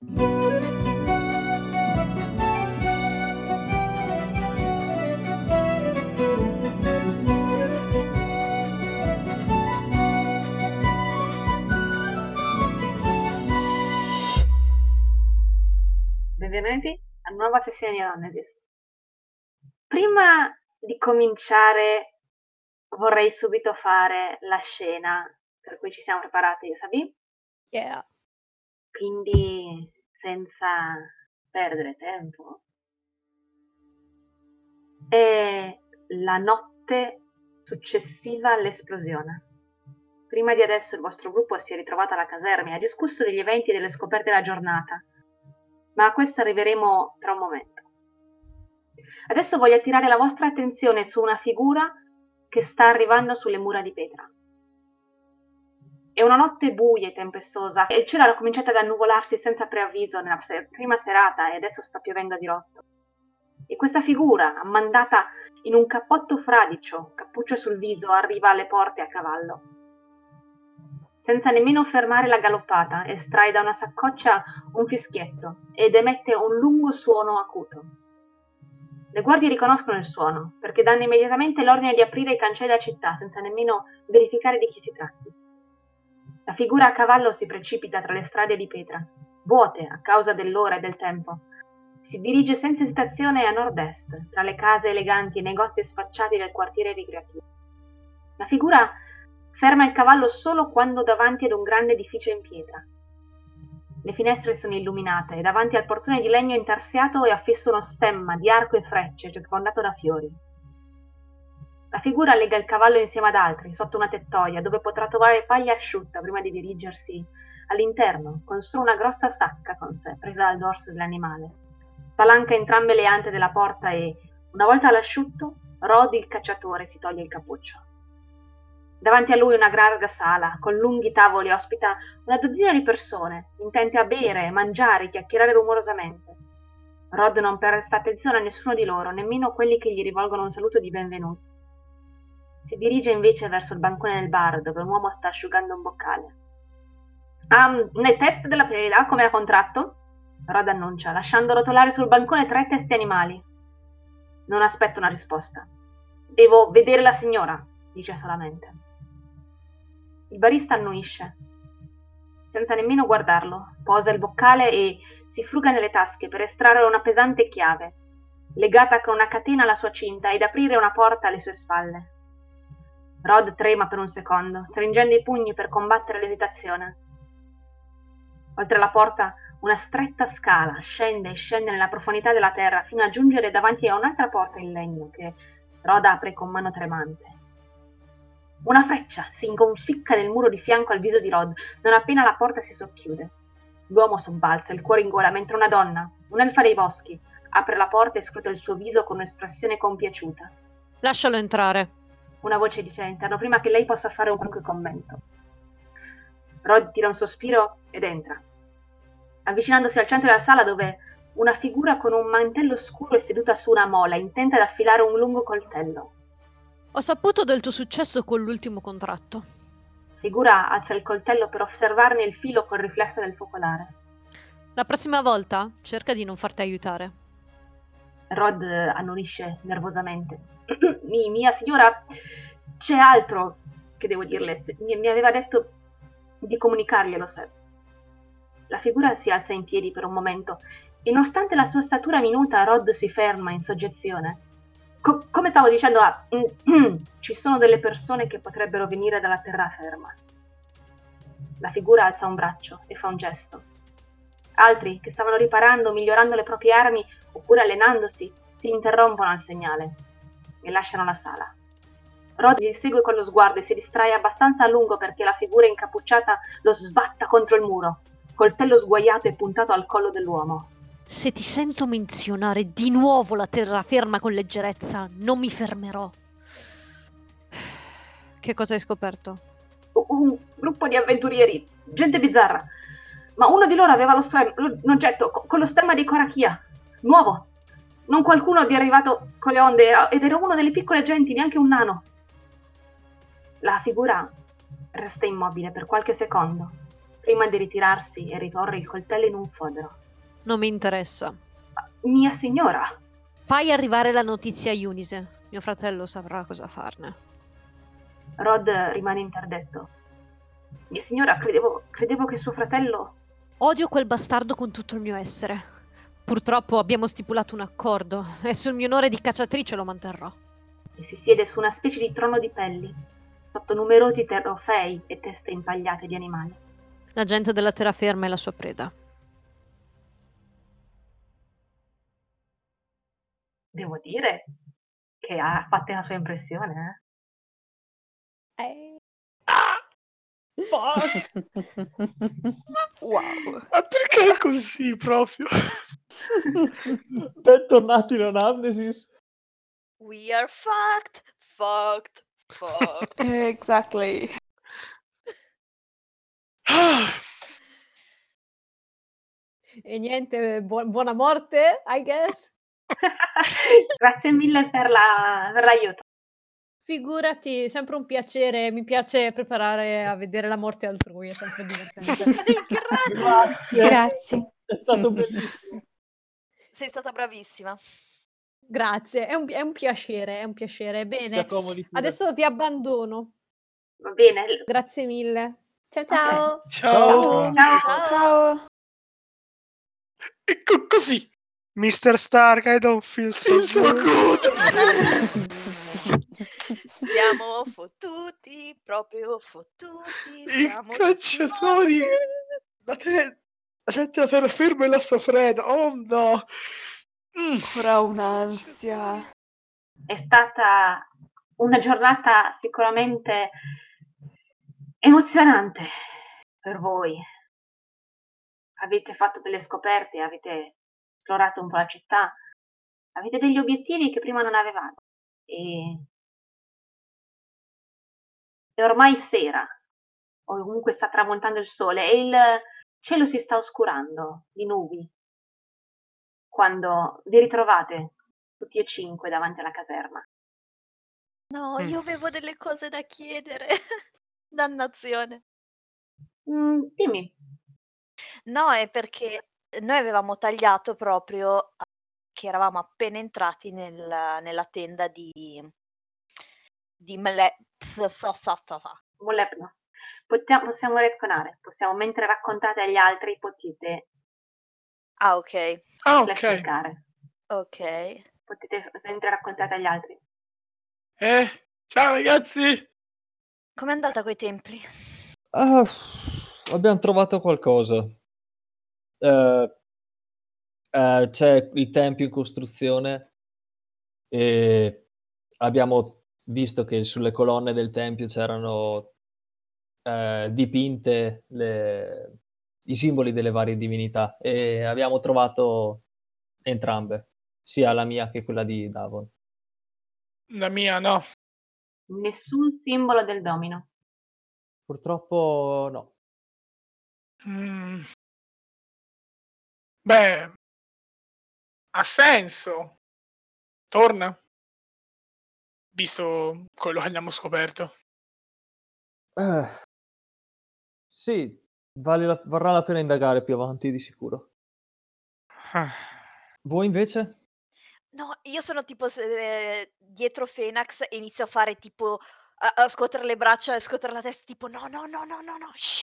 Benvenuti a una nuova sessione di Analysis. Prima di cominciare vorrei subito fare la scena per cui ci siamo preparati, Sabi? Yeah. Quindi, senza perdere tempo, è la notte successiva all'esplosione. Prima di adesso il vostro gruppo si è ritrovato alla caserma e ha discusso degli eventi e delle scoperte della giornata, ma a questo arriveremo tra un momento. Adesso voglio attirare la vostra attenzione su una figura che sta arrivando sulle mura di Petra. È una notte buia e tempestosa e il cielo ha cominciato ad annuvolarsi senza preavviso nella prima serata e adesso sta piovendo a dirotto. E questa figura, ammandata in un cappotto fradicio, cappuccio sul viso, arriva alle porte a cavallo. Senza nemmeno fermare la galoppata, estrae da una saccoccia un fischietto ed emette un lungo suono acuto. Le guardie riconoscono il suono, perché danno immediatamente l'ordine di aprire i cancelli della città, senza nemmeno verificare di chi si tratti. La figura a cavallo si precipita tra le strade di Petra, vuote a causa dell'ora e del tempo. Si dirige senza esitazione a nord-est, tra le case eleganti e i negozi sfacciati del quartiere ricreativo. La figura ferma il cavallo solo quando davanti ad un grande edificio in pietra. Le finestre sono illuminate e davanti al portone di legno intarsiato è affisso uno stemma di arco e frecce circondato da fiori. La figura lega il cavallo insieme ad altri sotto una tettoia dove potrà trovare paglia asciutta prima di dirigersi all'interno con solo una grossa sacca con sé presa dal dorso dell'animale. Spalanca entrambe le ante della porta e, una volta all'asciutto, Rod il cacciatore si toglie il cappuccio. Davanti a lui una larga sala, con lunghi tavoli, ospita una dozzina di persone, intente a bere, mangiare, chiacchierare rumorosamente. Rod non presta attenzione a nessuno di loro, nemmeno quelli che gli rivolgono un saluto di benvenuto. Si dirige invece verso il bancone del bar, dove un uomo sta asciugando un boccale. Nel test della priorità, come a contratto? Rod annuncia, lasciando rotolare sul bancone 3 testi animali. Non aspetto una risposta. Devo vedere la signora, dice solamente. Il barista annuisce, senza nemmeno guardarlo, posa il boccale e si fruga nelle tasche per estrarre una pesante chiave, legata con una catena alla sua cinta ed aprire una porta alle sue spalle. Rod trema per un secondo, stringendo i pugni per combattere l'esitazione. Oltre la porta, una stretta scala scende e scende nella profondità della terra fino a giungere davanti a un'altra porta in legno che Rod apre con mano tremante. Una freccia si inconficca nel muro di fianco al viso di Rod, non appena la porta si socchiude. L'uomo sobbalza, il cuore in gola, mentre una donna, un'elfa dei boschi, apre la porta e scruta il suo viso con un'espressione compiaciuta. Lascialo entrare. Una voce dice all'interno prima che lei possa fare un qualunque commento. Rod tira un sospiro ed entra, avvicinandosi al centro della sala dove una figura con un mantello scuro è seduta su una mola, intenta ad affilare un lungo coltello. Ho saputo del tuo successo con l'ultimo contratto. Figura alza il coltello per osservarne il filo col riflesso del focolare. La prossima volta cerca di non farti aiutare. Rod annuisce nervosamente. Mia signora, c'è altro che devo dirle. Mi aveva detto di comunicarglielo, se. La figura si alza in piedi per un momento e nonostante la sua statura minuta, Rod si ferma in soggezione. Come stavo dicendo, ci sono delle persone che potrebbero venire dalla terraferma. La figura alza un braccio e fa un gesto. Altri, che stavano riparando, migliorando le proprie armi oppure allenandosi, si interrompono al segnale e lasciano la sala. Rod gli segue con lo sguardo e si distrae abbastanza a lungo perché la figura incappucciata lo sbatta contro il muro, coltello sguaiato e puntato al collo dell'uomo. Se ti sento menzionare di nuovo la terraferma con leggerezza, non mi fermerò. Che cosa hai scoperto? Un gruppo di avventurieri, gente bizzarra, ma uno di loro aveva un oggetto con lo stemma di Korachia, nuovo. Non qualcuno di arrivato con le onde, ed era uno delle piccole genti, neanche un nano. La figura resta immobile per qualche secondo, prima di ritirarsi e riporre il coltello in un fodero. Non mi interessa. Mia signora! Fai arrivare la notizia a Eunice. Mio fratello saprà cosa farne. Rod rimane interdetto. Mia signora, credevo che suo fratello... Odio quel bastardo con tutto il mio essere. Purtroppo abbiamo stipulato un accordo e sul mio onore di cacciatrice lo manterrò. E si siede su una specie di trono di pelli, sotto numerosi trofei e teste impagliate di animali. La gente della terraferma è la sua preda. Devo dire che ha fatto la sua impressione, Fuck! Wow. Ma perché è così proprio? Bentornati in Anamnesis. We are fucked. Exactly. Ah, E niente, buona morte, I guess. Grazie mille per l'aiuto. Figurati, è sempre un piacere. Mi piace preparare a vedere la morte altrui, è sempre divertente. Grazie. È stato bellissimo. Sei stata bravissima. Grazie, è un piacere, è un piacere. Si Bene, accomodi pure. adesso vi abbandono. Va bene. Grazie mille. Ciao Ok. ciao. ciao. Ciao. Ciao. Ecco così. Mr. Stark, I don't feel so So good. good. Siamo fottuti, proprio fottuti. I Siamo cacciatori. La gente la terraferma e la sua preda. Oh no. Ora un'ansia. È stata una giornata sicuramente emozionante per voi. Avete fatto delle scoperte, avete esplorato un po' la città, avete degli obiettivi che prima non avevate. E è ormai sera, o comunque sta tramontando il sole, e il cielo si sta oscurando di nubi quando vi ritrovate tutti e 5 davanti alla caserma. No, io avevo delle cose da chiedere. Dannazione. Dimmi. No, è perché noi avevamo tagliato proprio che eravamo appena entrati nella tenda di Molepnos. Possiamo retconare, mentre raccontate agli altri, potete Ah, ok. Ah, ok. replicare. Ok. Potete, mentre raccontate agli altri. Ciao ragazzi. Com'è andata coi templi? Ah, abbiamo trovato qualcosa. C'è il tempio in costruzione e abbiamo visto che sulle colonne del tempio c'erano dipinte i simboli delle varie divinità e abbiamo trovato entrambe, sia la mia che quella di Davon. La mia no. Nessun simbolo del domino. Purtroppo no. Mm. Beh, ha senso. Torna. Visto quello che abbiamo scoperto. Sì, varrà la pena indagare più avanti di sicuro. Ah, Voi invece? No, io sono tipo dietro Fenax e inizio a fare tipo a scuotere le braccia e scuotere la testa tipo no, shh.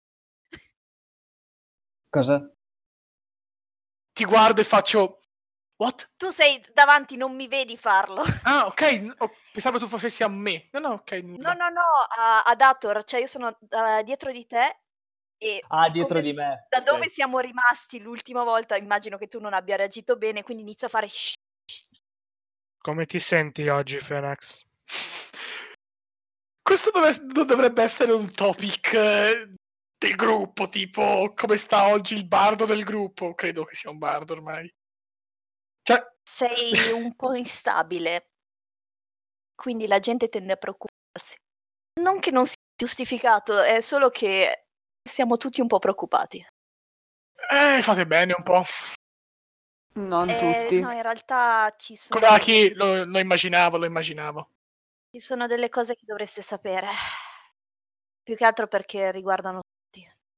Cosa? Ti guardo e faccio... What? Tu sei davanti, non mi vedi farlo. Ah, ok. Pensavo tu facessi a me. No, ok. No, ad Ator, cioè io sono dietro di te e Ah, siccome dietro di me. da Ok. dove siamo rimasti l'ultima volta immagino che tu non abbia reagito bene, quindi inizio a fare shh. come ti senti oggi, Fenax? Questo non dovrebbe essere un topic del gruppo, tipo come sta oggi il bardo del gruppo. Credo che sia un bardo ormai. Cioè... Sei un po' instabile, quindi la gente tende a preoccuparsi. Non che non sia giustificato, è solo che siamo tutti un po' preoccupati. Fate bene un po'. Non tutti. No, in realtà ci sono Kodaki, lo immaginavo. ci sono delle cose che dovreste sapere. Più che altro perché riguardano tutti.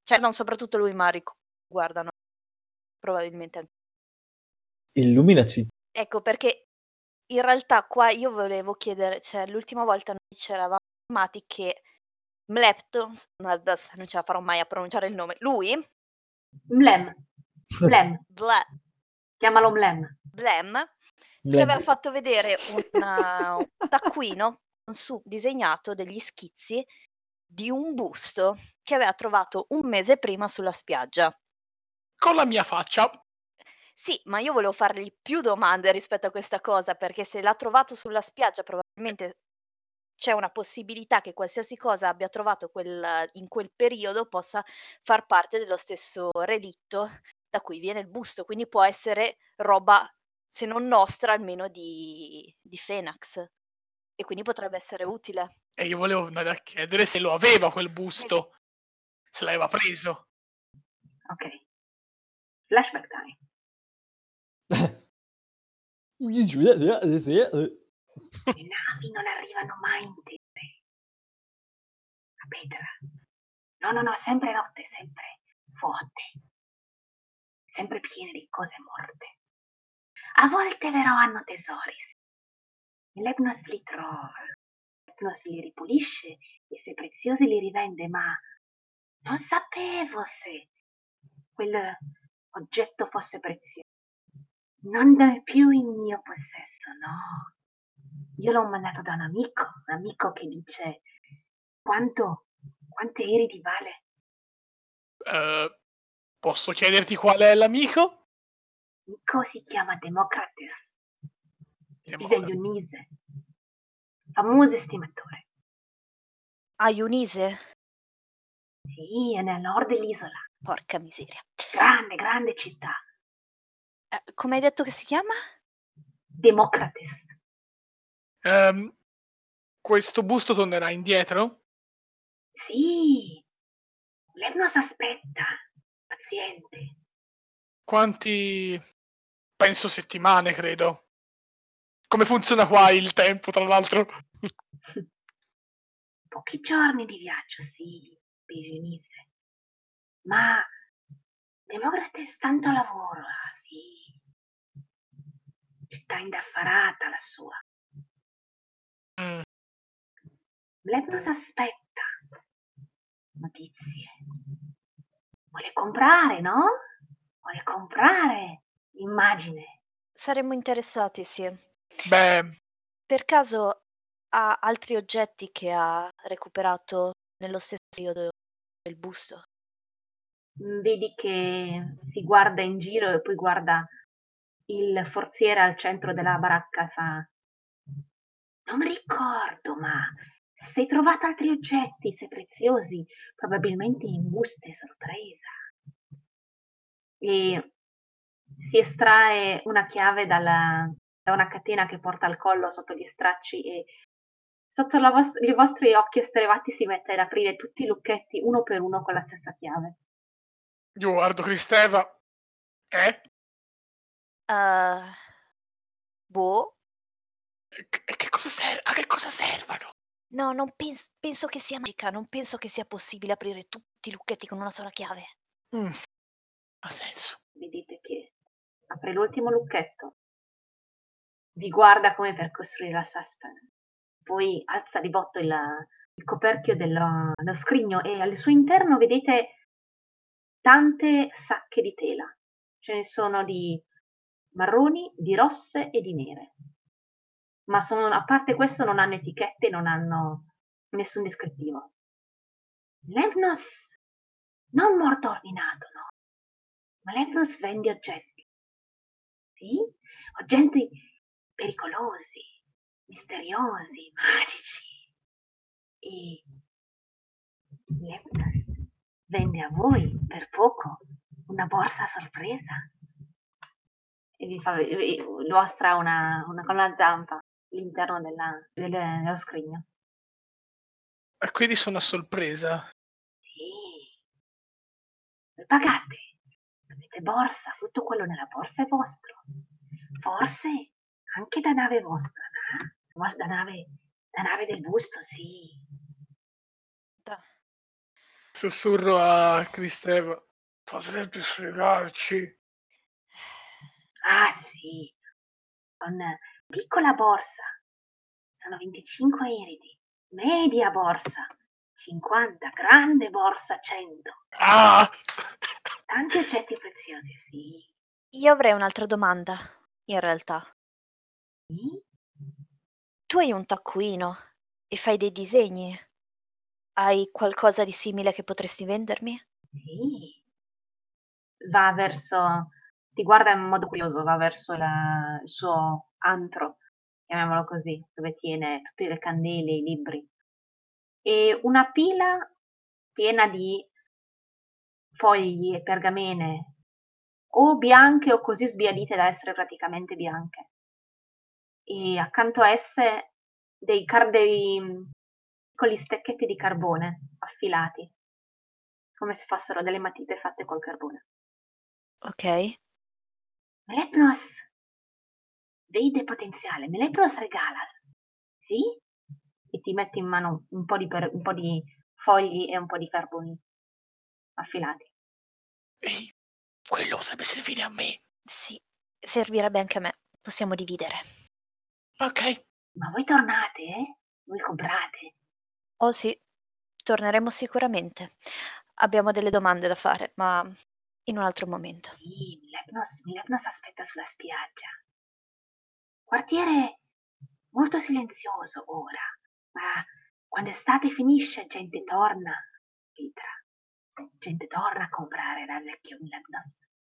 Cioè, non soprattutto lui, ma guardano probabilmente anche. Illuminaci. Ecco, perché in realtà qua io volevo chiedere, cioè l'ultima volta noi ci eravamo informati che Mlepto, non ce la farò mai a pronunciare il nome, lui, Mlem. Mlem. Chiamalo Mlem. Blem, ci aveva fatto vedere un taccuino con su disegnato degli schizzi di un busto che aveva trovato un mese prima sulla spiaggia. Con la mia faccia. Sì, ma io volevo fargli più domande rispetto a questa cosa, perché se l'ha trovato sulla spiaggia probabilmente c'è una possibilità che qualsiasi cosa abbia trovato in quel periodo possa far parte dello stesso relitto da cui viene il busto, quindi può essere roba, se non nostra, almeno di Fenax. E quindi potrebbe essere utile. E io volevo andare a chiedere se lo aveva quel busto. Se l'aveva preso. Ok. Flashback time. Le navi non arrivano mai intere. Capitela? No, sempre notte, sempre vuote. Sempre piene di cose morte. A volte però hanno tesori. L'Epnos li trova. L'Epnos li ripulisce e se preziosi li rivende, ma non sapevo se quel oggetto fosse prezioso. Non è più in mio possesso, no. Io l'ho mandato da un amico che dice quante eridi vale. Posso chiederti qual è l'amico? L'amico si chiama Democrates. Vive a Ionise. Famoso estimatore. A Ionise? Sì, è nel nord dell'isola. Porca miseria. Grande città. Come hai detto che si chiama? Democrates. Questo busto tornerà indietro? Sì. Lemnos aspetta. Paziente. Quanti... penso settimane, credo. Come funziona qua il tempo, tra l'altro? Pochi giorni di viaggio, sì, per Ionise. Ma Democrates tanto lavoro, sì. Città indaffarata la sua. Lemnos aspetta. Notizie. Vuole comprare, no? Vuole comprare. Immagine. Saremmo interessati, sì. Beh, Per caso ha altri oggetti che ha recuperato nello stesso periodo del busto? Vedi che si guarda in giro e poi guarda il forziere al centro della baracca e fa: non mi ricordo, ma se hai trovato altri oggetti, se preziosi, probabilmente in buste sorpresa. E si estrae una chiave da una catena che porta al collo sotto gli stracci e sotto i vostri occhi estrevati si mette ad aprire tutti i lucchetti uno per uno con la stessa chiave. io guardo Cristeva. Boh. E che cosa serve? A che cosa servono? No, non penso che sia magica, non penso che sia possibile aprire tutti i lucchetti con una sola chiave. Ha senso. Vedete che apre l'ultimo lucchetto, vi guarda come per costruire la suspense, poi alza di botto il coperchio dello scrigno e al suo interno vedete tante sacche di tela. Ce ne sono di marroni, di rosse e di nere. Ma a parte questo non hanno etichette, non hanno nessun descrittivo. Lemnos non morto ordinato, no. Ma Lemnos vende oggetti. Sì? Oggetti pericolosi, misteriosi, magici. E Lemnos vende a voi per poco una borsa a sorpresa. E vi mostra con una zampa all'interno dello scrigno. E quindi sono a sorpresa. Sì. Pagate. Avete borsa, tutto quello nella borsa è vostro. Forse anche da nave vostra, no? Da nave del busto, sì. Sussurro a Cristeva. Potrebbe spiegarci? Ah sì, con piccola borsa sono 25 iridi, media borsa 50, grande borsa 100. Ah! Tanti oggetti preziosi, sì. Io avrei un'altra domanda, in realtà. Sì? Tu hai un taccuino e fai dei disegni. Hai qualcosa di simile che potresti vendermi? Sì. Va verso, ti guarda in modo curioso, va verso il suo antro, chiamiamolo così, dove tiene tutte le candele, i libri. E una pila piena di fogli e pergamene, o bianche o così sbiadite da essere praticamente bianche. E accanto a esse dei piccoli stecchetti di carbone affilati, come se fossero delle matite fatte col carbone. Ok. Melepnos vede potenziale, Melepnos regala, sì? E ti mette in mano un po' di fogli e un po' di carboni affilati. Ehi, quello potrebbe servire a me. Sì, servirebbe anche a me. Possiamo dividere. Ok. Ma voi tornate, eh? Voi comprate? Oh sì, torneremo sicuramente. Abbiamo delle domande da fare, ma in un altro momento. Sì, Melepnos aspetta sulla spiaggia. Quartiere molto silenzioso ora, ma quando estate finisce gente torna, Petra. Gente torna a comprare dal vecchio Melepnos.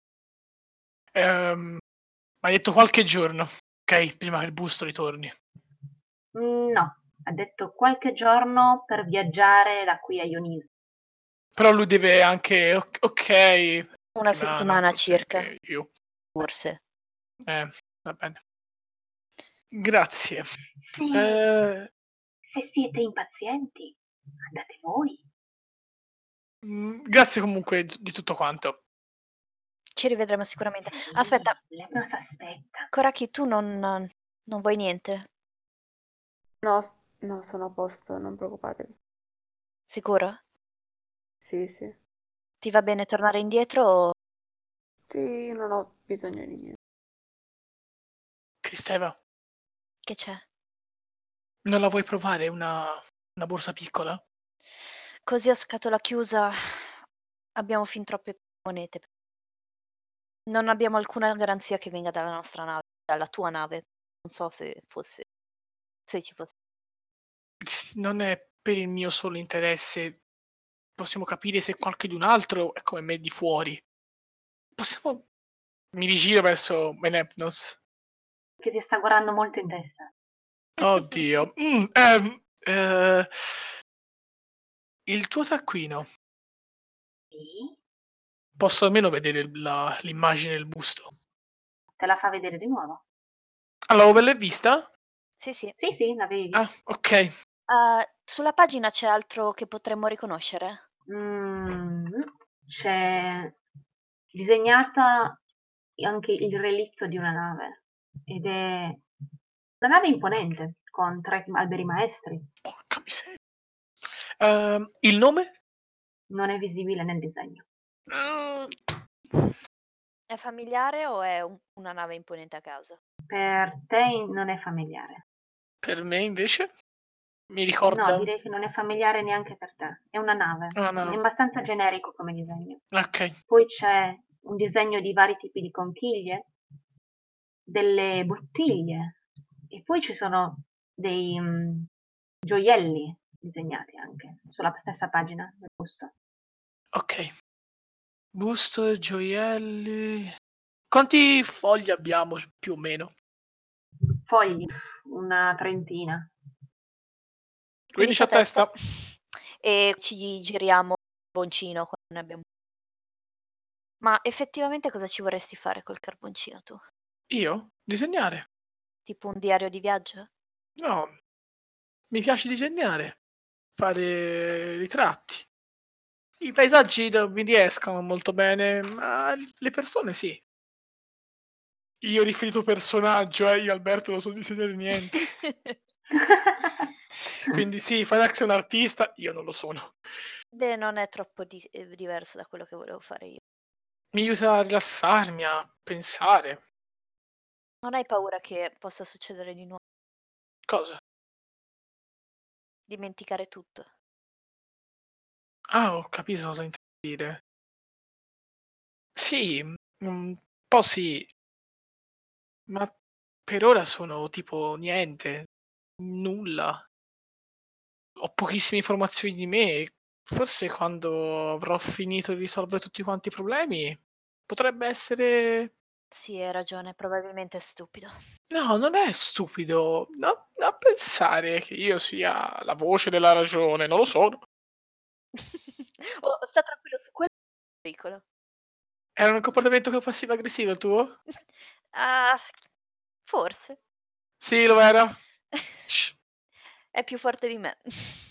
Mi hai detto qualche giorno, ok? Prima che il busto ritorni. No, ha detto qualche giorno per viaggiare da qui a Ionisi. Però lui deve anche... Ok. Una settimana forse circa, anche di più. forse. Va bene. Grazie. Se siete impazienti, andate voi. Grazie comunque di tutto quanto. Ci rivedremo sicuramente. Sì, Aspetta, Melepnos aspetta. Koraki, tu non vuoi niente? No, no, sono a posto, non preoccupatevi. Sicuro? Sì, sì. Ti va bene tornare indietro o... Sì, non ho bisogno di niente. Cristeva, Che c'è? non la vuoi provare una borsa piccola? Così a scatola chiusa abbiamo fin troppe monete. Non abbiamo alcuna garanzia che venga dalla nostra nave, dalla tua nave. Non so se ci fosse. Non è per il mio solo interesse. Possiamo capire se qualche di un altro è come me di fuori. Possiamo... Mi rigiro verso Menepnos. Che ti sta guardando molto in testa. Oddio. Il tuo taccuino. Sì? Posso almeno vedere l'immagine del busto? Te la fa vedere di nuovo? Allora, ve l'hai vista? Sì, sì. Sì, l'avevi vista. Ah, ok. Sulla pagina c'è altro che potremmo riconoscere? C'è disegnata anche il relitto di una nave ed è una nave imponente con 3 alberi maestri. Porca miseria. Il nome? Non è visibile nel disegno. È familiare o è una nave imponente a caso? Per te non è familiare. Per me invece? Mi No, ricorda direi che non è familiare neanche per te. È una nave. una È nave. abbastanza generico come disegno. Ok. Poi c'è un disegno di vari tipi di conchiglie, delle bottiglie e poi ci sono dei gioielli disegnati anche sulla stessa pagina del busto. Ok. Busto, gioielli. Quanti fogli abbiamo più o meno? Fogli, una trentina. 15 a testa. E ci giriamo il carboncino quando ne abbiamo. Ma effettivamente cosa ci vorresti fare col carboncino tu? Io? Disegnare? Tipo un diario di viaggio? No. Mi piace disegnare. Fare ritratti. I paesaggi non mi riescono molto bene, ma le persone sì. Io riferito personaggio, io Alberto non so disegnare niente. Quindi sì, Fanax è un artista, io non lo sono. Beh, non è troppo diverso da quello che volevo fare io. Mi aiuta a rilassarmi, a pensare. Non hai paura che possa succedere di nuovo? Cosa? Dimenticare tutto? Ah, ho capito cosa intendi dire. Sì, un po' sì, ma per ora sono tipo niente, nulla. Ho pochissime informazioni di me. Forse quando avrò finito di risolvere tutti quanti i problemi, potrebbe essere... Sì, hai ragione, probabilmente è stupido. No, non è stupido. No, a pensare che io sia la voce della ragione, non lo sono. Oh, sta tranquillo, su quello è pericolo. Era un comportamento passivo-aggressivo il tuo? Ah, forse. Sì, lo era. Shh. È più forte di me.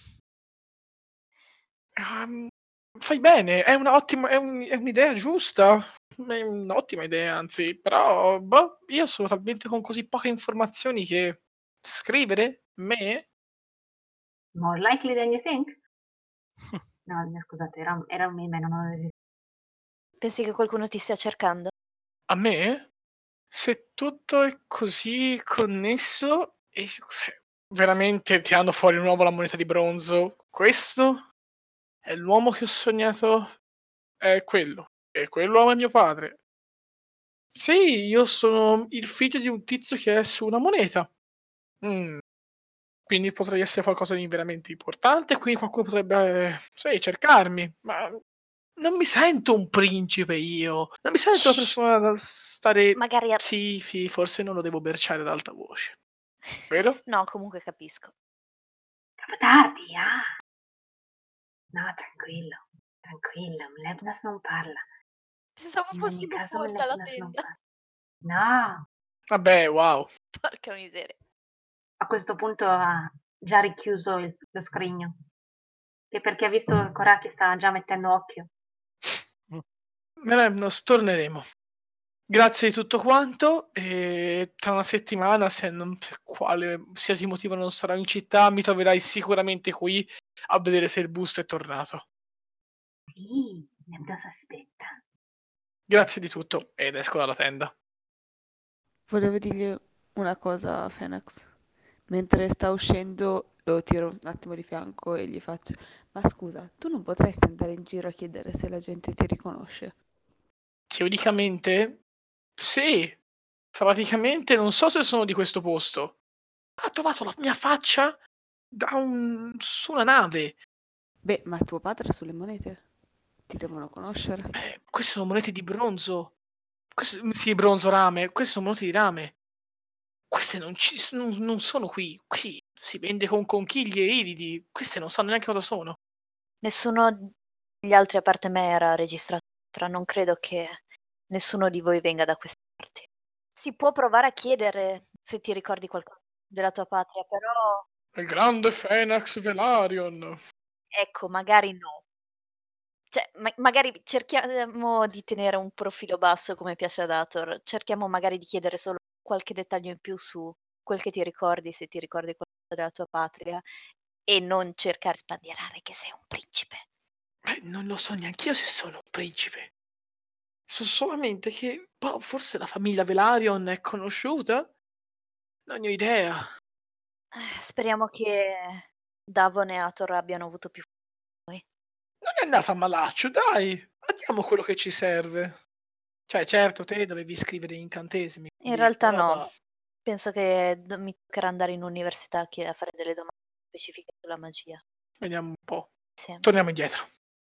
Mhmm, fai bene, è un'idea giusta, è un'ottima idea anzi, però, boh, io sono talmente con così poche informazioni che scrivere? Me? More likely than you think? No, scusate, era un meme, non avevo Pensi che qualcuno ti stia cercando? A me? Se tutto è così connesso e se veramente tirando fuori di nuovo la moneta di bronzo, questo è l'uomo che ho sognato, è quello, e quell'uomo è mio padre. Sì, io sono il figlio di un tizio che è su una moneta. Mh, quindi potrei essere qualcosa di veramente importante, quindi qualcuno potrebbe, sai, cercarmi, ma non mi sento un principe io, non mi sento una Shh, persona da stare magari sì, sì, forse non lo devo berciare ad alta voce, vero? No, comunque capisco. troppo tardi, ah! No, tranquillo, tranquillo, Mlevnas non parla. Pensavo In ogni fossimo caso fuori dalla Mlevnas non tenda. parla. No! Vabbè, wow. Porca miseria. A questo punto ha già richiuso lo scrigno. E perché ha visto che Coraki sta già mettendo occhio. Nos torneremo. Grazie di tutto quanto e tra una settimana, se non per qualsiasi motivo non sarò in città, mi troverai sicuramente qui a vedere se il busto è tornato. Sì, Mlevnas aspetta. Grazie di tutto ed esco dalla tenda. Volevo dirgli una cosa a Fenax. Mentre sta uscendo lo tiro un attimo di fianco e gli faccio: Ma scusa, tu non potresti andare in giro a chiedere se la gente ti riconosce? Teoricamente, sì. Praticamente non so se sono di questo posto. Ha trovato la mia faccia su una nave. Beh, ma tuo padre sulle monete? Ti devono conoscere? Queste sono monete di bronzo. Sì, bronzo rame. Queste sono monete di rame. Queste non sono qui. Qui si vende con conchiglie e iridi. Queste non sanno neanche cosa sono. Nessuno degli altri a parte me era registrato. Non credo che nessuno di voi venga da queste parti. Si può provare a chiedere se ti ricordi qualcosa della tua patria, però Il grande Fenax Velaryon. ecco, magari no. Cioè, magari cerchiamo di tenere un profilo basso come piace ad Ator. Cerchiamo magari di chiedere solo qualche dettaglio in più su quel che ti ricordi, se ti ricordi qualcosa della tua patria, e non cercare di sbandierare che sei un principe. Non lo so neanch'io se sono un principe. So solamente che boh, forse la famiglia Velaryon è conosciuta? Non ne ho idea. Speriamo che Davon e Ator abbiano avuto più noi. Non è andata a malaccio, dai! Andiamo quello che ci serve. Cioè, certo, te dovevi scrivere incantesimi, In quindi realtà quella no. roba... Penso che mi toccherà andare in università a fare delle domande specifiche sulla magia. Vediamo un po'. Sì. Torniamo indietro.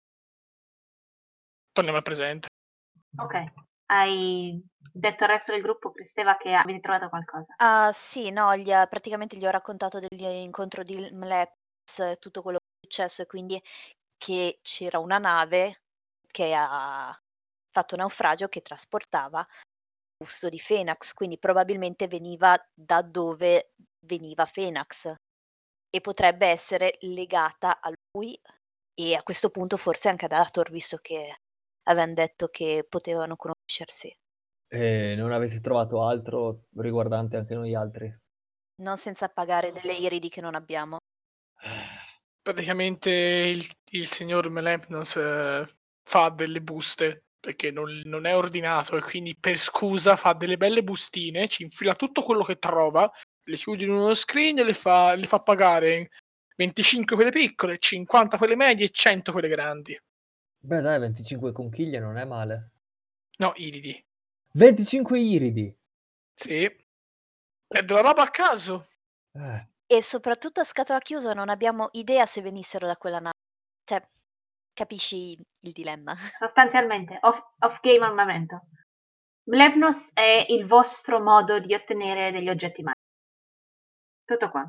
Torniamo al presente. Ok, hai detto al resto del gruppo, Cristeva, che avete trovato qualcosa. Ah, sì, no, praticamente gli ho raccontato dell'incontro di Mleps, tutto quello che è successo e quindi che c'era una nave che ha fatto naufragio che trasportava il busto di Fenax, quindi probabilmente veniva da dove veniva Fenax e potrebbe essere legata a lui e a questo punto forse anche ad Ator, visto che avevano detto che potevano conoscersi. E non avete trovato altro riguardante anche noi altri? Non senza pagare delle iridi che non abbiamo. praticamente il signor Melemnos fa delle buste perché non è ordinato e quindi per scusa fa delle belle bustine, ci infila tutto quello che trova, le chiude in uno screen e le fa pagare 25 quelle piccole, 50 quelle medie e 100 quelle grandi. Beh, dai, 25 conchiglie non è male. No, iridi. 25 iridi! Sì. È della roba a caso. E soprattutto a scatola chiusa non abbiamo idea se venissero da quella nave. Cioè, capisci il dilemma? Sostanzialmente, off game al momento. Mlevnos è il vostro modo di ottenere degli oggetti magici. Tutto qua.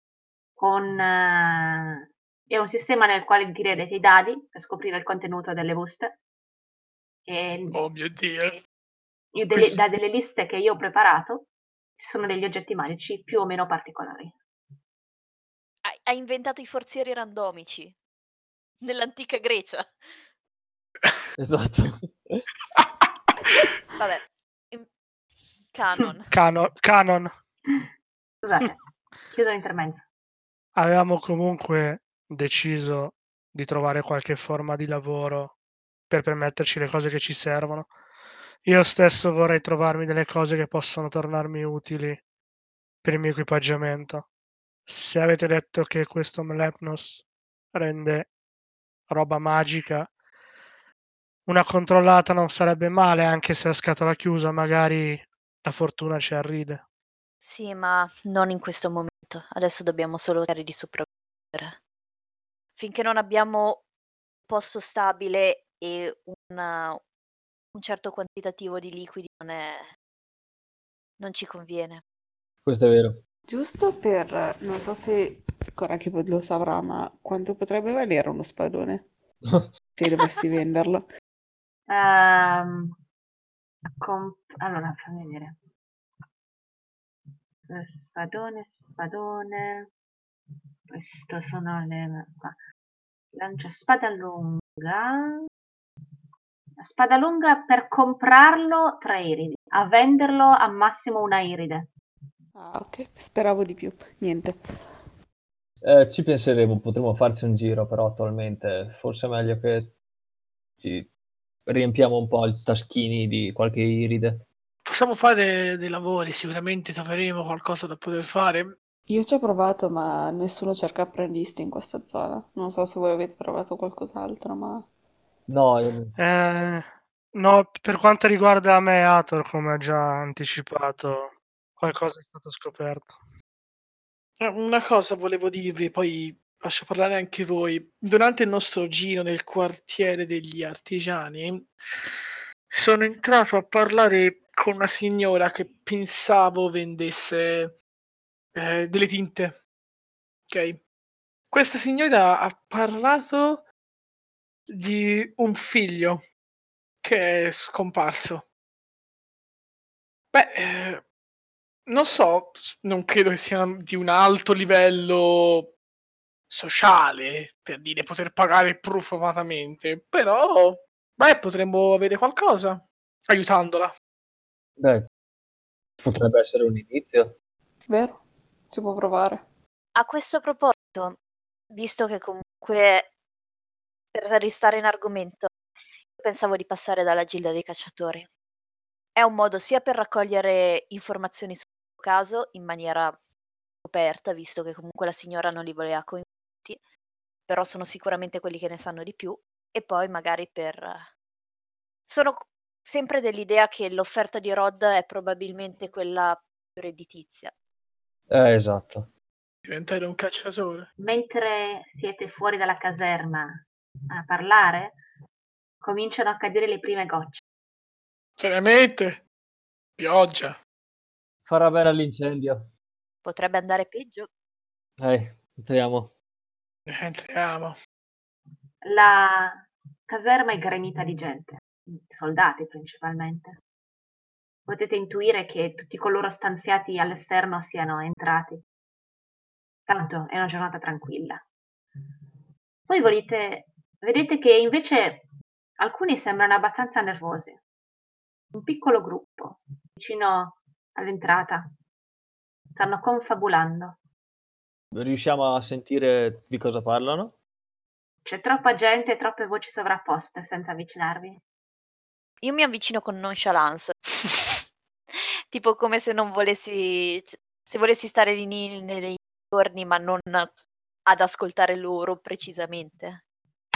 È un sistema nel quale tirerete i dadi per scoprire il contenuto delle buste. E Oh mio Dio. da delle liste che io ho preparato ci sono degli oggetti magici più o meno particolari. Hai inventato i forzieri randomici nell'antica Grecia. Esatto. Vabbè, canon. Canon. Scusate, chiuso l'intermezzo. Avevamo comunque deciso di trovare qualche forma di lavoro per permetterci le cose che ci servono. Io stesso vorrei trovarmi delle cose che possono tornarmi utili per il mio equipaggiamento. Se avete detto che questo Melepnos rende roba magica, una controllata non sarebbe male, anche se a scatola chiusa magari la fortuna ci arride. Sì, ma non in questo momento. Adesso dobbiamo solo cercare di sopravvivere. Finché non abbiamo un posto stabile e un certo quantitativo di liquidi non ci conviene. Questo è vero. Giusto per, non so se Coraki lo saprà, ma quanto potrebbe valere uno spadone? Se dovessi venderlo. Allora, fammi vedere. Spadone. Questo sono le... qua. Lancia spada lunga. La spada lunga per comprarlo 3 iridi. A venderlo a massimo 1 iride. Ah, ok, speravo di più. Niente. Ci penseremo, potremmo farci un giro, però attualmente forse è meglio che ci riempiamo un po' i taschini di qualche iride. Possiamo fare dei lavori, sicuramente troveremo qualcosa da poter fare. Io ci ho provato, ma nessuno cerca apprendisti in questa zona. Non so se voi avete trovato qualcos'altro, ma... No, No, per quanto riguarda me e Hathor, come ha già anticipato, qualcosa è stato scoperto. Una cosa volevo dirvi, poi lascio parlare anche voi. Durante il nostro giro nel quartiere degli artigiani, sono entrato a parlare con una signora che pensavo vendesse delle tinte. Ok? Questa signora ha parlato di un figlio che è scomparso. Beh, non so, non credo che sia di un alto livello sociale, per dire poter pagare profumatamente, però, beh, potremmo avere qualcosa aiutandola. beh, potrebbe essere un inizio. Vero? Si può provare. A questo proposito, visto che comunque per restare in argomento, pensavo di passare dalla Gilda dei Cacciatori. È un modo sia per raccogliere informazioni sul caso in maniera coperta, visto che comunque la signora non li voleva coinvolti, però sono sicuramente quelli che ne sanno di più, e poi magari sono sempre dell'idea che l'offerta di Rod è probabilmente quella più redditizia. Esatto. Diventare un cacciatore. Mentre siete fuori dalla caserma a parlare, cominciano a cadere le prime gocce. Seriamente? Pioggia. Farà bene all'incendio. Potrebbe andare peggio. Entriamo. Entriamo. La caserma è gremita di gente, soldati principalmente. Potete intuire che tutti coloro stanziati all'esterno siano entrati. Tanto è una giornata tranquilla. Poi vedete che invece alcuni sembrano abbastanza nervosi. Un piccolo gruppo vicino all'entrata stanno confabulando. Riusciamo a sentire di cosa parlano? C'è troppa gente e troppe voci sovrapposte senza avvicinarvi. Io mi avvicino con nonchalance. Tipo come se non volessi, se volessi stare lì nei giorni, ma non ad ascoltare loro precisamente.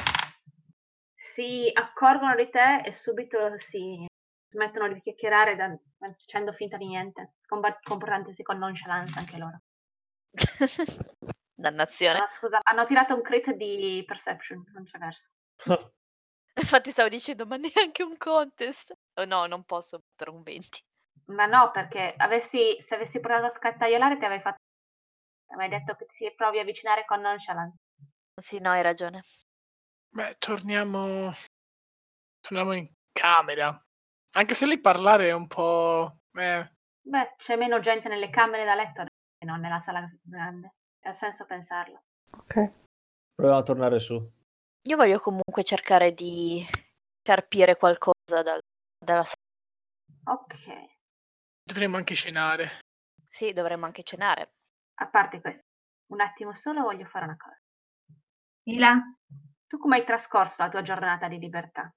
Si accorgono di te e subito si smettono di chiacchierare facendo finta di niente, comportandosi con nonchalance anche loro. Dannazione. Scusa, hanno tirato un crit di perception, non c'è verso. Infatti stavo dicendo, ma neanche un contest. Oh, no, non posso mettere un 20. Ma no, perché se avessi provato a scattaiolare ti avrei detto che ti provi a avvicinare con nonchalance. Sì, no, hai ragione. Beh, torniamo in camera. Anche se lì parlare è un po'... Beh, c'è meno gente nelle camere da letto che non nella sala grande. Ha senso pensarlo. Ok. Proviamo a tornare su. Io voglio comunque cercare di carpire qualcosa dalla sala. Ok. Dovremmo anche cenare. Sì, dovremmo anche cenare. A parte questo, un attimo solo voglio fare una cosa. Ila, tu come hai trascorso la tua giornata di libertà?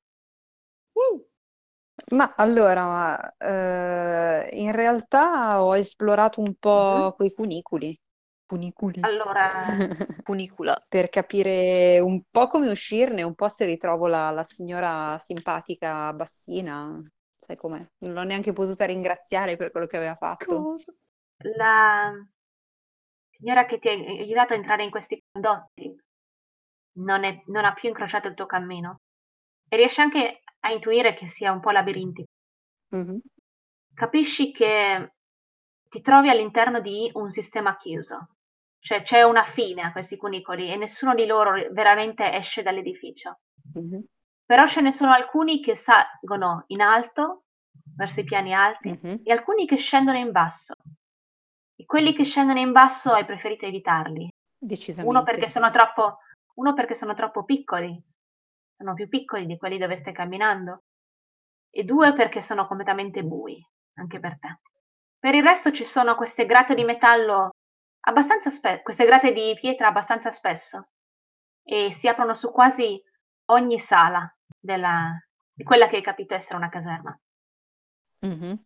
Ma allora, in realtà ho esplorato un po' quei cunicoli. Allora, Cunicula. Per capire un po' come uscirne, un po' se ritrovo la signora simpatica bassina, sai com'è? Non l'ho neanche potuta ringraziare per quello che aveva fatto. la signora che ti ha aiutato a entrare in questi condotti non ha più incrociato il tuo cammino e riesci anche a intuire che sia un po' labirintico. Mhm. Capisci che ti trovi all'interno di un sistema chiuso, cioè c'è una fine a questi cunicoli e nessuno di loro veramente esce dall'edificio. Mhm. Però ce ne sono alcuni che salgono in alto, verso i piani alti, Mhm. e alcuni che scendono in basso. E quelli che scendono in basso hai preferito evitarli. Uno perché sono troppo piccoli, sono più piccoli di quelli dove stai camminando, e due perché sono completamente bui, anche per te. Per il resto ci sono queste grate di metallo abbastanza spesso, queste grate di pietra abbastanza spesso, e si aprono su quasi ogni sala di quella che hai capito essere una caserma. Mhm.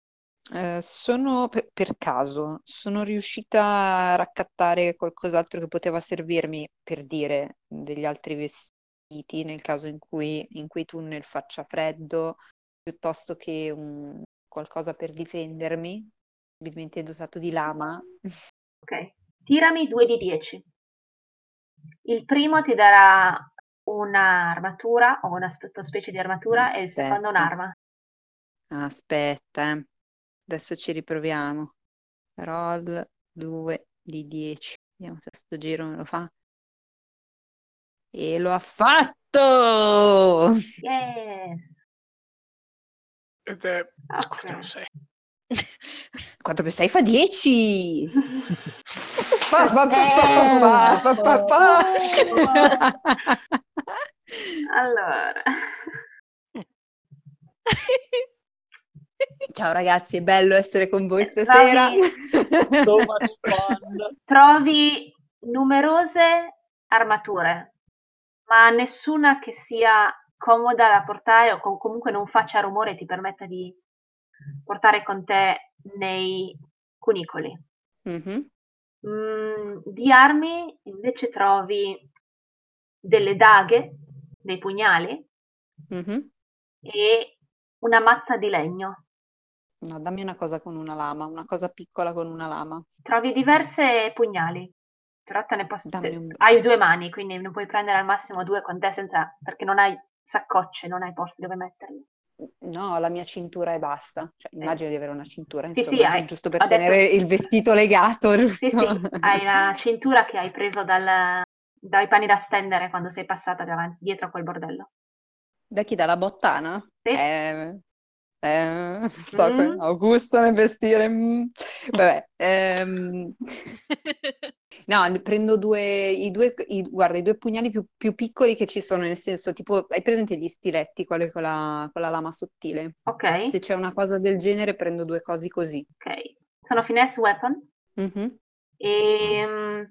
Per caso, sono riuscita a raccattare qualcos'altro che poteva servirmi, per dire, degli altri vestiti nel caso in cui i tunnel faccia freddo, piuttosto che qualcosa per difendermi, probabilmente dotato di lama. Ok? Tirami 2 di 10. Il primo ti darà un'armatura o una specie di armatura e il secondo Aspetta, un'arma. aspetta, adesso ci riproviamo. Roll 2 di 10. Vediamo se sto giro me lo fa. E lo ha fatto! Yes! Ed è Ok. 4 6. 4 più 6 fa 10! Allora, Ciao ragazzi, è bello essere con voi stasera. So much fun. trovi numerose armature, ma nessuna che sia comoda da portare o comunque non faccia rumore e ti permetta di portare con te nei cunicoli. Mhm, Di armi invece trovi delle daghe, dei pugnali mhm. e una mazza di legno. No, dammi una cosa con una lama, una cosa piccola con una lama. Trovi diverse pugnali, però Dammi un... hai 2 mani, quindi ne puoi prendere al massimo 2 con te perché non hai saccocce, non hai posti dove metterli. No, la mia cintura e basta. Cioè, Sì. immagino di avere una cintura, Sì, insomma, hai, giusto per ho detto, tenere il vestito legato, sì, giusto? sì, hai la cintura che hai preso dai panni da stendere quando sei passata dietro a quel bordello. Da chi? Dalla bottana? Sì. So come Augusto nel vestire. Vabbè. No, prendo guarda, i due pugnali più piccoli che ci sono, nel senso, tipo, hai presente gli stiletti, quelli con la lama sottile? Ok, Se c'è una cosa del genere, prendo due cosi così. ok. Sono finesse weapon. Mhm. e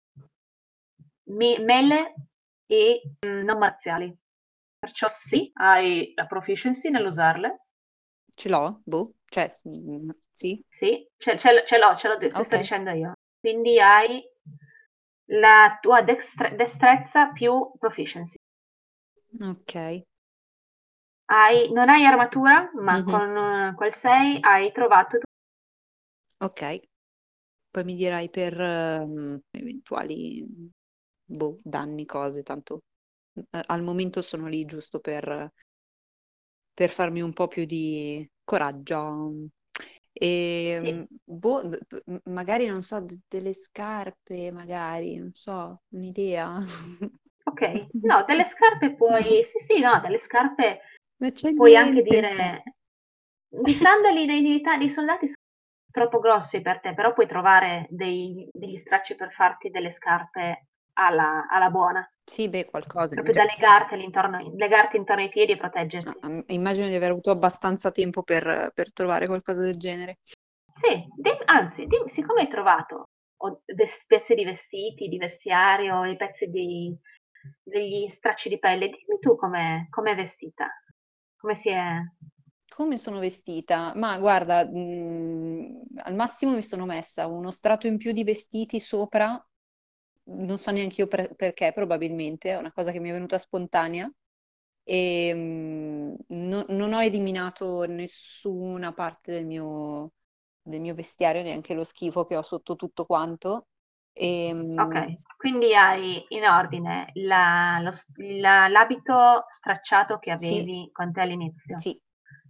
melee e non marziali. Perciò sì, hai la proficiency nell'usarle. Ce l'ho? Boh, cioè, sì. Sì, ce l'ho, ti sto Ok, dicendo io. Quindi hai la tua destrezza più proficiency. ok. Non hai armatura, ma Mhm, con quel 6 hai trovato. ok. Poi mi dirai per eventuali danni, cose, tanto al momento sono lì giusto per farmi un po' più di coraggio. E Sì, magari non so, delle scarpe, magari, non so, un'idea. ok. No, delle scarpe puoi. Sì, sì, no, delle scarpe Non c'è puoi anche niente. dire. I sandali dei soldati sono troppo grossi per te, però puoi trovare degli stracci per farti delle scarpe alla buona, Sì, beh, qualcosa. proprio da legarti intorno ai piedi e proteggerti. Immagino di aver avuto abbastanza tempo per trovare qualcosa del genere. Sì, anzi, dimmi, siccome hai trovato pezzi di vestiti, di vestiario, i pezzi degli stracci di pelle, dimmi tu com'è vestita, come si è. Come sono vestita? Ma guarda, al massimo mi sono messa uno strato in più di vestiti sopra, non so neanche io perché, probabilmente, è una cosa che mi è venuta spontanea. E non ho eliminato nessuna parte del mio vestiario, neanche lo schifo che ho sotto tutto quanto. E, Ok, quindi hai in ordine l'abito stracciato che sì, avevi con te all'inizio, sì,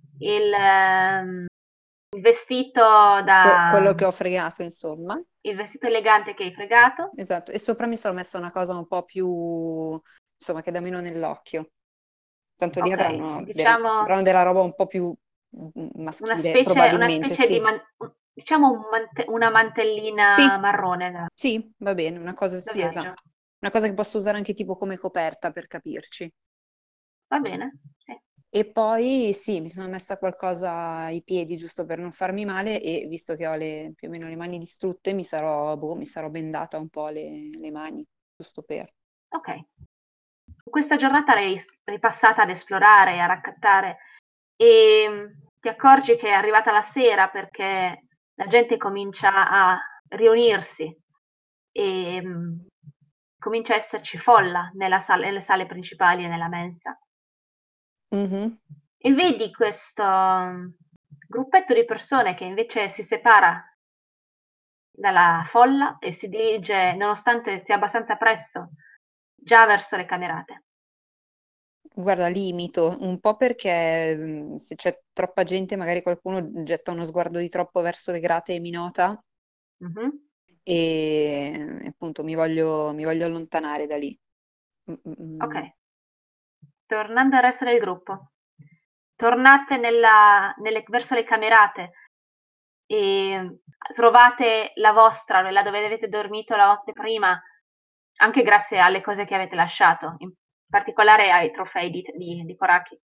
il vestito quello che ho fregato, insomma. il vestito elegante che hai fregato. Esatto, e sopra mi sono messa una cosa un po' più, insomma, che dà meno nell'occhio. Tanto lì Ok, avranno, diciamo avranno della roba un po' più una maschile, specie, una probabilmente, specie di sì. diciamo una mantellina Sì, marrone sì, va bene, una cosa, da sì, viaggio. esatto. Una cosa che posso usare anche tipo come coperta, per capirci. Va bene? Sì. E poi sì, mi sono messa qualcosa ai piedi giusto per non farmi male e visto che ho più o meno le mani distrutte, mi sarò bendata un po' le mani, giusto per. Ok. Questa giornata l'hai passata ad esplorare e a raccattare e ti accorgi che è arrivata la sera perché la gente comincia a riunirsi e comincia a esserci folla nelle sale principali e nella mensa. Mhm. E vedi questo gruppetto di persone che invece si separa dalla folla e si dirige, nonostante sia abbastanza presto, già verso le camerate. Guarda, limito un po' perché se c'è troppa gente, magari qualcuno getta uno sguardo di troppo verso le grate e mi nota Mhm. e appunto mi voglio allontanare da lì. Mm, mm, Ok, mm. tornando al resto del gruppo, tornate verso le camerate e trovate la vostra, là dove avete dormito la notte prima, anche grazie alle cose che avete lasciato, in particolare ai trofei di Koraki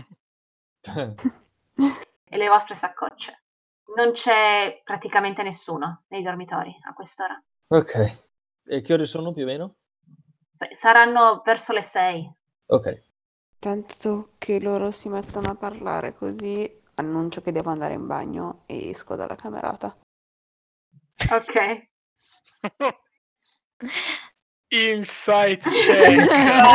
e le vostre saccocce. Non c'è praticamente nessuno nei dormitori a quest'ora. Ok. E che ore sono più o meno? Saranno verso le 6. Ok. Tanto che loro si mettono a parlare così, annuncio che devo andare in bagno e esco dalla camerata. Ok. Insight check.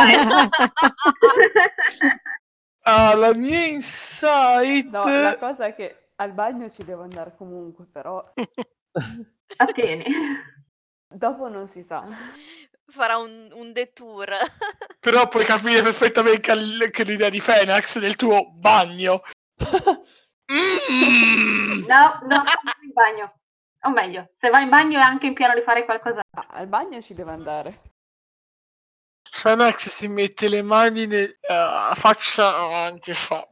Ah, la mia insight. No, la cosa è che al bagno ci devo andare comunque, però Attieni. dopo non si sa. Farà un detour. Però puoi capire perfettamente che l'idea di Fenax del tuo bagno. Mm. No, non vai in bagno. O meglio, se vai in bagno è anche in piano di fare qualcosa. Ah, al bagno ci devo andare. Fenax si mette le mani faccia avanti e fa.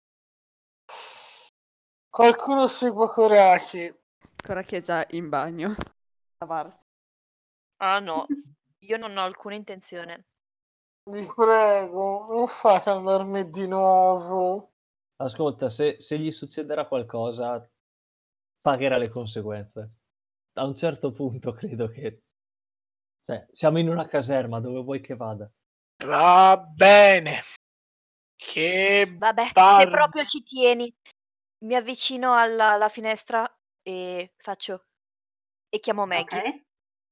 Qualcuno segua Koraki. Ancora che è già in bagno. Lavarsi. Ah no, io non ho alcuna intenzione. Vi prego, non fate andarmi di nuovo. Ascolta, se gli succederà qualcosa, pagherà le conseguenze. a un certo punto credo che... Cioè, siamo in una caserma, dove vuoi che vada? Va bene. Che Vabbè, se bar... proprio ci tieni, mi avvicino alla finestra e faccio... E chiamo Maggie.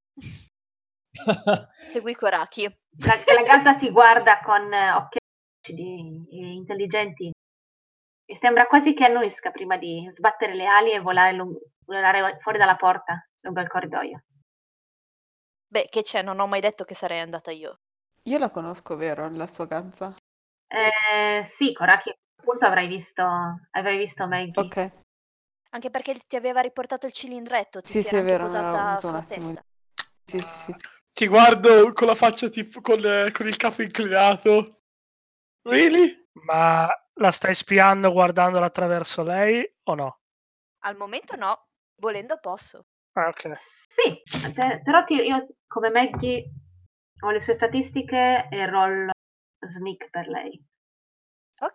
Ok. Segui Koraki. La gatta ti guarda con occhi lucidi e intelligenti e sembra quasi che annuisca prima di sbattere le ali e volare fuori dalla porta lungo il corridoio. Beh, che c'è? Non ho mai detto che sarei andata io. Io la conosco, vero, la sua ganza? Sì, Koraki, a quel punto avrai visto Maggie. Ok. Anche perché ti aveva riportato il cilindretto, ti Sì, si sì, era è anche vero, me l'ero posata avuto un sulla attimo. testa. Sì, sì, sì. Ti guardo con la faccia tipo con il capo inclinato. Really? Ma la stai spiando guardandola attraverso lei o no? Al momento no, volendo posso. Ah, ok. Sì, però io come Maggie ho le sue statistiche e rollo sneak per lei. Ok.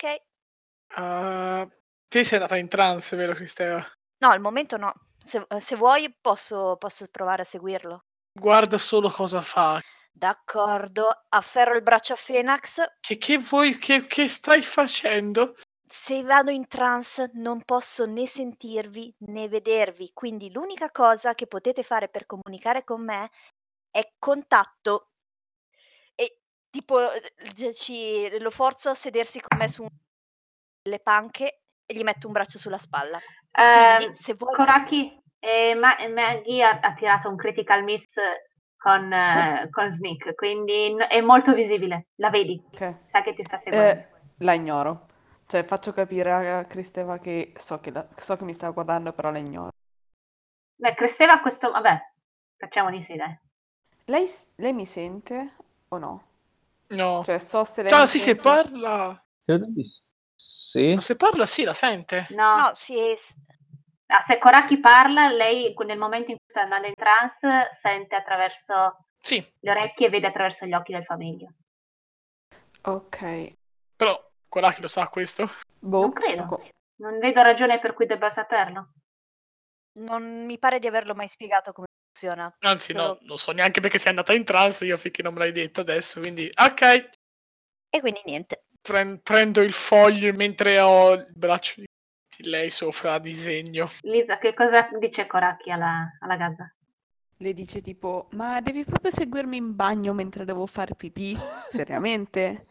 Te sei andata in trance, vero Cristeva? No, al momento no. Se vuoi posso provare a seguirlo. Guarda solo cosa fa. D'accordo, afferro il braccio a Fenax. Che vuoi, che stai facendo? Se vado in trance non posso né sentirvi né vedervi, quindi l'unica cosa che potete fare per comunicare con me è contatto. E tipo lo forzo a sedersi con me su le panche e gli metto un braccio sulla spalla. Quindi se vuoi... Koraki, Maggie ha tirato un critical miss con Sneak, quindi è molto visibile, la vedi, Ok. sa che ti sta seguendo. La ignoro. Cioè, faccio capire a Cristeva che so che mi sta guardando, però la ignoro. Beh, Cristeva questo... Vabbè, facciamo di sì, dai. Lei mi sente o no? No. Cioè, so se lei Ciao, mi sì, se sente. parla... Credo di sì. Ma se parla, sì, la sente. No, No, si è... se Koraki parla, lei nel momento in cui sta andando in trance sente attraverso Sì, le orecchie e vede attraverso gli occhi del famiglio. Ok. però Koraki lo sa questo. Boh, Non credo. Non vedo ragione per cui debba saperlo. Non mi pare di averlo mai spiegato come funziona. Anzi, Solo- no, non so neanche perché sei andata in trance io finché non me l'hai detto adesso, quindi... Ok, E quindi niente. prendo il foglio mentre ho il braccio di lei sopra a disegno. Lisa, che cosa dice Koraki alla Gazza? Le dice tipo, ma devi proprio seguirmi in bagno mentre devo fare pipì? Seriamente?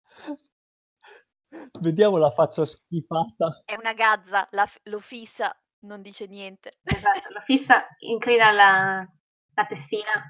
Vediamo la faccia schifata. È una gazza, lo fissa, non dice niente. Esatto, lo fissa, inclina la testina.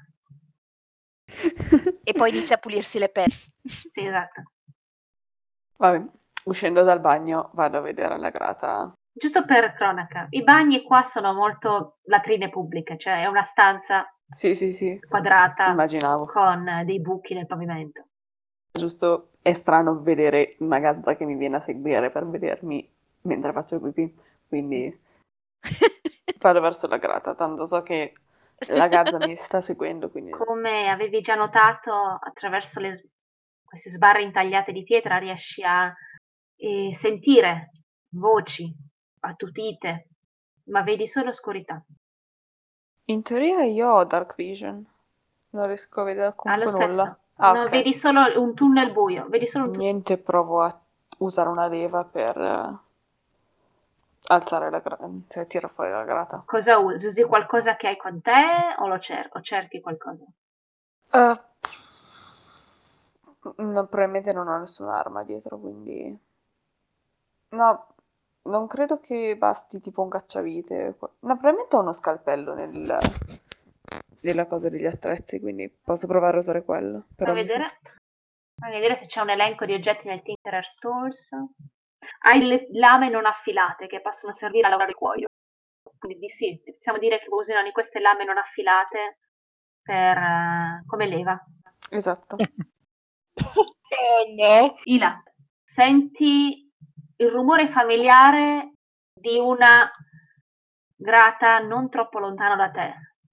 E poi inizia a pulirsi le penne. Sì, esatto. Vabbè, uscendo dal bagno vado a vedere la grata. Giusto per cronaca, i bagni qua sono molto latrine pubbliche, cioè è una stanza Sì, sì, sì, quadrata immaginavo. con dei buchi nel pavimento. Giusto, è strano vedere una gazza che mi viene a seguire per vedermi mentre faccio pipì, quindi vado verso la grata, tanto so che la gazza mi sta seguendo, quindi... Come avevi già notato, attraverso queste sbarre intagliate di pietra riesci a sentire voci attutite, ma vedi solo oscurità. In teoria io ho Dark Vision, non riesco a vedere Lo comunque stesso. nulla. Ah, No, ok. vedi solo un tunnel buio, vedi solo un tunnel. Niente, provo a usare una leva per alzare la grata, cioè tirare fuori la grata. Cosa usi? Usi qualcosa che hai con te o cerchi qualcosa? Probabilmente non ho nessuna arma dietro, quindi... No, non credo che basti tipo un cacciavite. No, probabilmente ho uno scalpello nella cosa degli attrezzi, quindi posso provare a usare quello. Però Fammi vedere se c'è un elenco di oggetti nel Tinkerer Stores. Hai le lame non affilate che possono servire a lavorare il cuoio. Quindi sì, possiamo dire che usino di queste lame non affilate come leva. Esatto. Oh no! Ila, senti il rumore familiare di una grata non troppo lontano da te.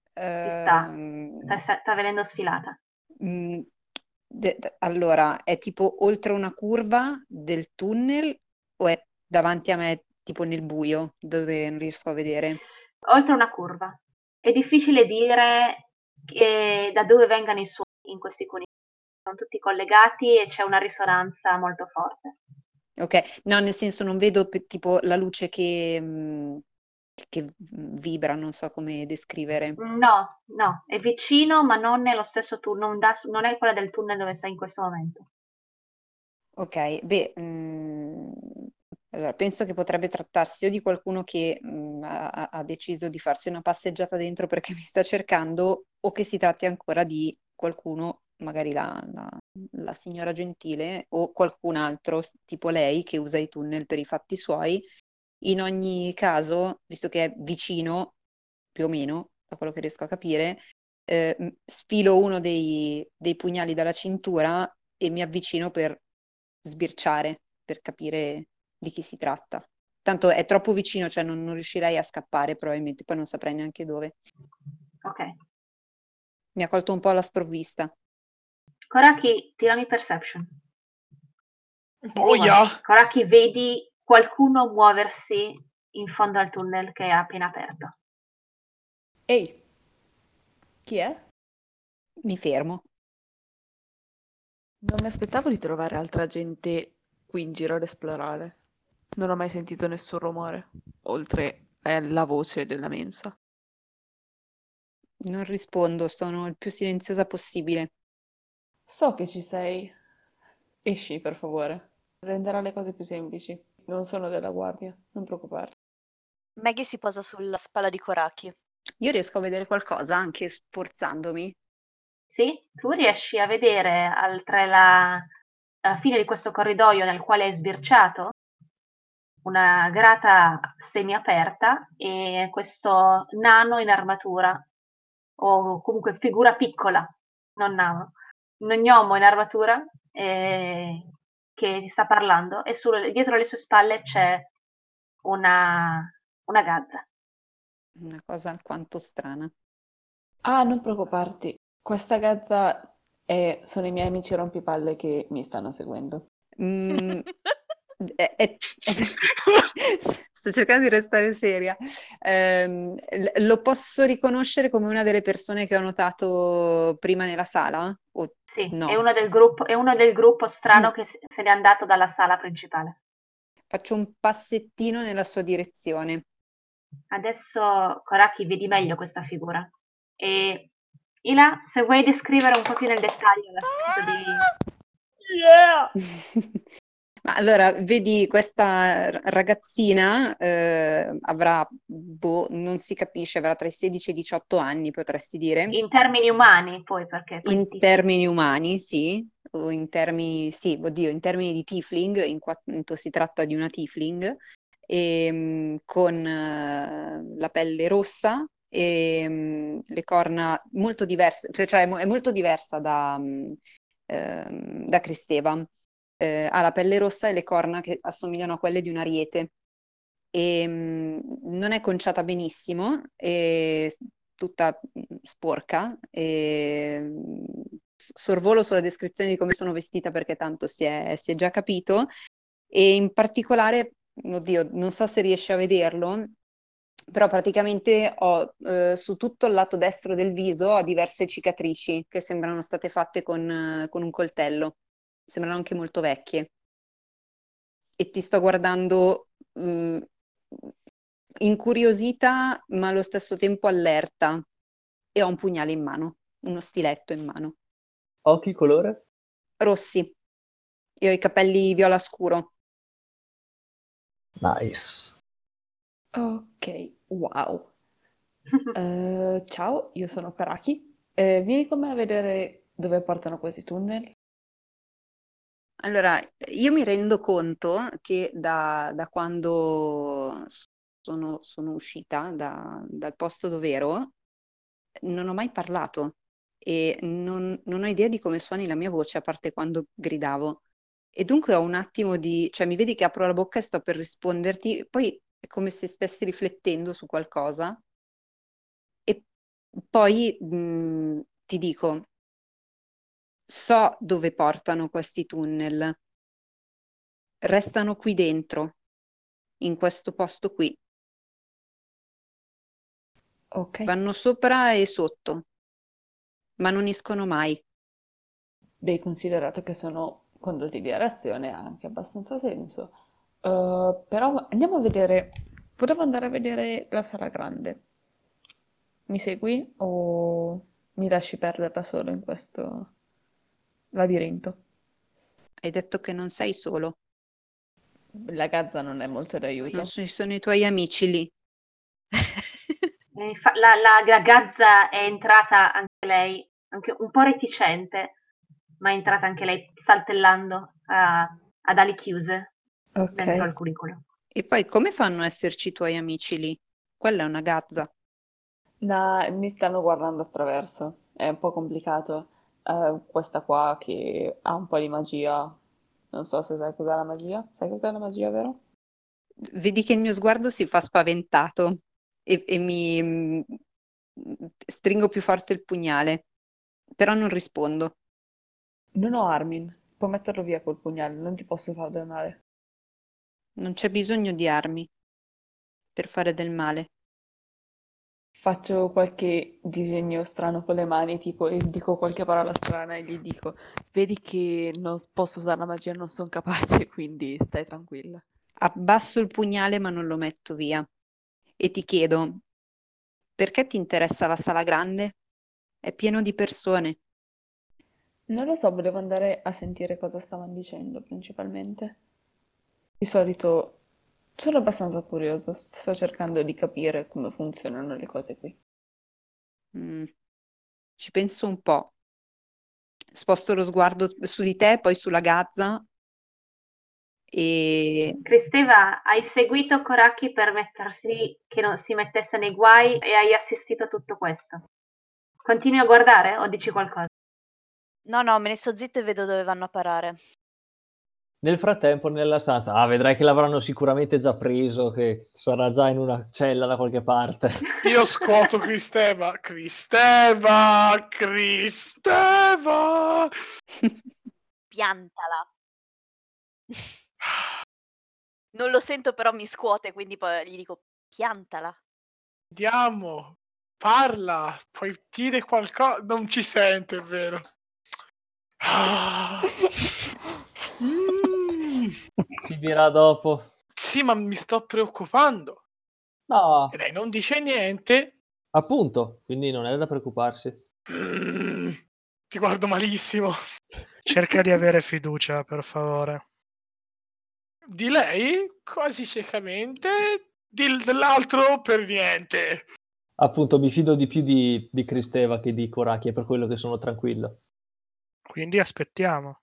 Sta venendo sfilata. Mm, allora, è tipo oltre una curva del tunnel o è davanti a me, tipo nel buio, dove non riesco a vedere? Oltre una curva. è difficile dire da dove vengano i suoni in questi conigli. Sono tutti collegati e c'è una risonanza molto forte. Ok, no, nel senso non vedo tipo la luce che vibra, non so come descrivere. No, è vicino, ma non nello stesso tunnel, non è quella del tunnel dove sei in questo momento. Ok, beh, allora penso che potrebbe trattarsi o di qualcuno che ha deciso di farsi una passeggiata dentro perché mi sta cercando, o che si tratti ancora di qualcuno, magari la signora Gentile o qualcun altro, tipo lei, che usa i tunnel per i fatti suoi. In ogni caso, visto che è vicino, più o meno, da quello che riesco a capire, sfilo uno dei pugnali dalla cintura e mi avvicino per sbirciare, per capire di chi si tratta. Tanto è troppo vicino, cioè non riuscirei a scappare probabilmente, poi non saprei neanche dove. Ok. Mi ha colto un po' alla sprovvista. Koraki, tirami perception. Boia! Koraki, vedi qualcuno muoversi in fondo al tunnel che è appena aperto. Ehi, chi è? Mi fermo. Non mi aspettavo di trovare altra gente qui in giro ad esplorare. Non ho mai sentito nessun rumore, oltre alla voce della mensa. Non rispondo, sono il più silenziosa possibile. So che ci sei. Esci, per favore. Renderà le cose più semplici. Non sono della guardia, non preoccuparti. Maggie si posa sulla spalla di Koraki. Io riesco a vedere qualcosa anche sforzandomi. Sì, tu riesci a vedere oltre la fine di questo corridoio nel quale è sbirciato una grata semiaperta e questo nano in armatura, o comunque figura piccola, non nano, un gnomo in armatura che ti sta parlando e dietro le sue spalle c'è una gazza. Una cosa alquanto strana. Ah, non preoccuparti. Questa gazza sono i miei amici rompipalle che mi stanno seguendo. Mm, sto cercando di restare seria. Lo posso riconoscere come una delle persone che ho notato prima nella sala? O Sì, no? è uno del gruppo strano Mm. che se n'è andato dalla sala principale. Faccio un passettino nella sua direzione. Adesso, Koraki, vedi meglio questa figura. E Ila, se vuoi descrivere un po' più nel dettaglio l'aspetto di... Yeah! Ma allora, vedi, questa ragazzina avrà, non si capisce, avrà tra i 16 e i 18 anni, potresti dire. In termini umani, poi, perché poi In termini umani, sì, o in termini, sì, oddio, in termini di tiefling, in quanto si tratta di una tiefling, con la pelle rossa e le corna molto diverse, cioè è molto diversa da Cristeva. Ha la pelle rossa e le corna che assomigliano a quelle di un ariete. E, non è conciata benissimo, è tutta sporca. Sorvolo sulla descrizione di come sono vestita perché tanto si è già capito. E in particolare, oddio, non so se riesci a vederlo, però praticamente ho su tutto il lato destro del viso ho diverse cicatrici che sembrano state fatte con un coltello. Sembrano anche molto vecchie. E ti sto guardando incuriosita, ma allo stesso tempo allerta. E ho un pugnale in mano, uno stiletto in mano. Occhi colore? Rossi. E ho i capelli viola scuro. Nice. Ok, wow. Ciao, io sono Karaki. Vieni con me a vedere dove portano questi tunnel. Allora, io mi rendo conto che da quando sono uscita dal posto dove ero, non ho mai parlato e non ho idea di come suoni la mia voce, a parte quando gridavo. E dunque ho un attimo di... cioè mi vedi che apro la bocca e sto per risponderti, poi è come se stessi riflettendo su qualcosa. E poi ti dico, so dove portano questi tunnel. Restano qui dentro, in questo posto qui. Ok. Vanno sopra e sotto, ma non escono mai. Beh, considerato che sono condotti di aerazione, ha anche abbastanza senso. Però andiamo a vedere. Volevo andare a vedere la sala grande. Mi segui o mi lasci perdere da solo in questo labirinto? Hai detto che non sei solo. La gazza non è molto d'aiuto. Non ci sono i tuoi amici lì. La Gazza è entrata anche lei, anche un po' reticente, ma è entrata anche lei saltellando ad ali chiuse dentro Ok. al curicolo. E poi come fanno a esserci i tuoi amici lì? Quella è una gazza. Mi stanno guardando attraverso. È un po' complicato. Questa qua che ha un po' di magia. Non so se sai cos'è la magia. Sai cos'è la magia, vero? Vedi che il mio sguardo si fa spaventato e mi stringo più forte il pugnale, però non rispondo. Non ho Armin. Puoi metterlo via col pugnale, non ti posso far del male. Non c'è bisogno di armi per fare del male. Faccio qualche disegno strano con le mani, tipo, e dico qualche parola strana e gli dico, vedi che non posso usare la magia, non sono capace, quindi stai tranquilla. Abbasso il pugnale ma non lo metto via. E ti chiedo, perché ti interessa la sala grande? È pieno di persone. Non lo so, volevo andare a sentire cosa stavano dicendo principalmente. Di solito sono abbastanza curioso, sto cercando di capire come funzionano le cose qui. Mm, ci penso un po'. Sposto lo sguardo su di te, poi sulla gazza e Cristeva, hai seguito Coracchi per mettersi che non si mettesse nei guai e hai assistito a tutto questo. Continui a guardare o dici qualcosa? No, me ne sto zitta e vedo dove vanno a parare. Nel frattempo, nella stanza, vedrai che l'avranno sicuramente già preso, che sarà già in una cella da qualche parte. Io scuoto Cristeva. Cristeva! Piantala. Non lo sento, però mi scuote, quindi poi gli dico piantala. Andiamo, parla, puoi dire qualcosa. Non ci sente, è vero. Ci dirà dopo. Sì, ma mi sto preoccupando. No, E lei non dice niente. appunto, quindi non è da preoccuparsi. Ti guardo malissimo. Cerca di avere fiducia, per favore. Di lei quasi ciecamente, dell'altro per niente. Appunto, mi fido di più di Cristeva che di Coracchi, è per quello che sono tranquillo. Quindi aspettiamo.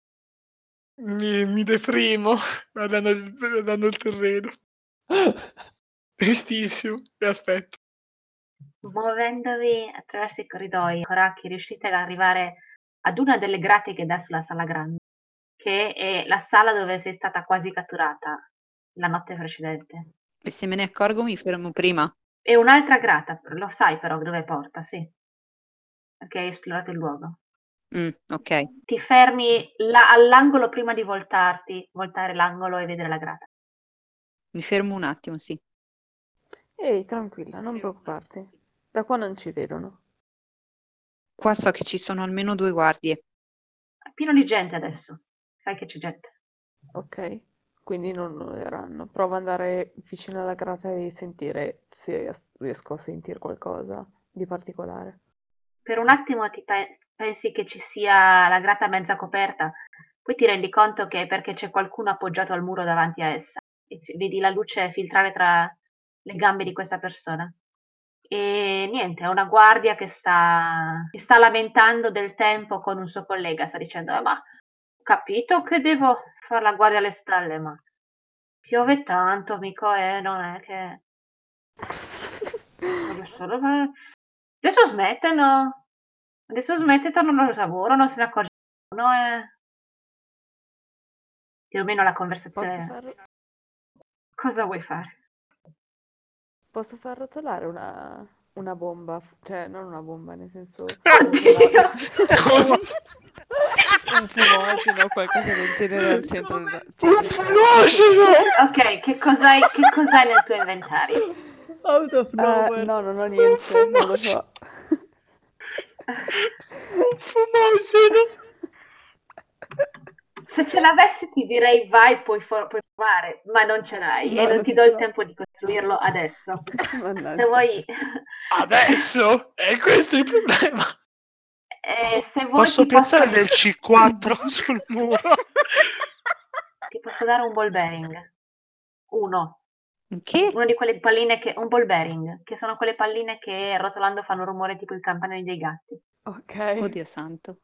Mi deprimo guardando il terreno. Tristissimo. E aspetto. Muovendovi attraverso i corridoi, Coracchi, riuscite ad arrivare ad una delle grate che dà sulla sala grande, che è la sala dove sei stata quasi catturata la notte precedente. E se me ne accorgo mi fermo prima. E un'altra grata, lo sai però dove porta, sì, perché hai esplorato il luogo. Ok. Ti fermi là all'angolo prima di voltare l'angolo e vedere la grata. Mi fermo un attimo, sì. Ehi, tranquilla, non preoccuparti. Da qua non ci vedono. Qua so che ci sono almeno 2 guardie. È pieno di gente adesso, sai che c'è gente. Ok, quindi non lo vedranno. Provo ad andare vicino alla grata e sentire se riesco a sentire qualcosa di particolare. Per un attimo pensi che ci sia la grata mezza coperta, poi ti rendi conto che è perché c'è qualcuno appoggiato al muro davanti a essa e vedi la luce filtrare tra le gambe di questa persona. E niente, è una guardia che sta lamentando del tempo con un suo collega, sta dicendo: ma ho capito che devo fare la guardia alle stalle, ma piove tanto, amico, non è che adesso smettono. Adesso smette e tornano al lavoro, non se ne accorge nessuno e più o meno la conversazione. Cosa vuoi fare? Posso far rotolare una bomba, cioè non una bomba, nel senso Oddio! un fumogeno o qualcosa del genere al centro della... Un fumogeno! Ok, che cos'hai nel tuo inventario? Out of nowhere. No, non ho niente, non lo so. Un fumogeno. Se ce l'avessi ti direi vai, puoi provare, ma non ce l'hai e No, non non ti ce do il l'ho. tempo di costruirlo adesso. Se Mannaggia. vuoi, Adesso? E questo è il problema. se vuoi Posso ti posso, pensare del C4 sul muro? ti posso dare un ball bearing. Uno Che? di quelle palline un ball bearing, che sono quelle palline che rotolando fanno rumore tipo il campanello dei gatti. Ok. Oddio santo.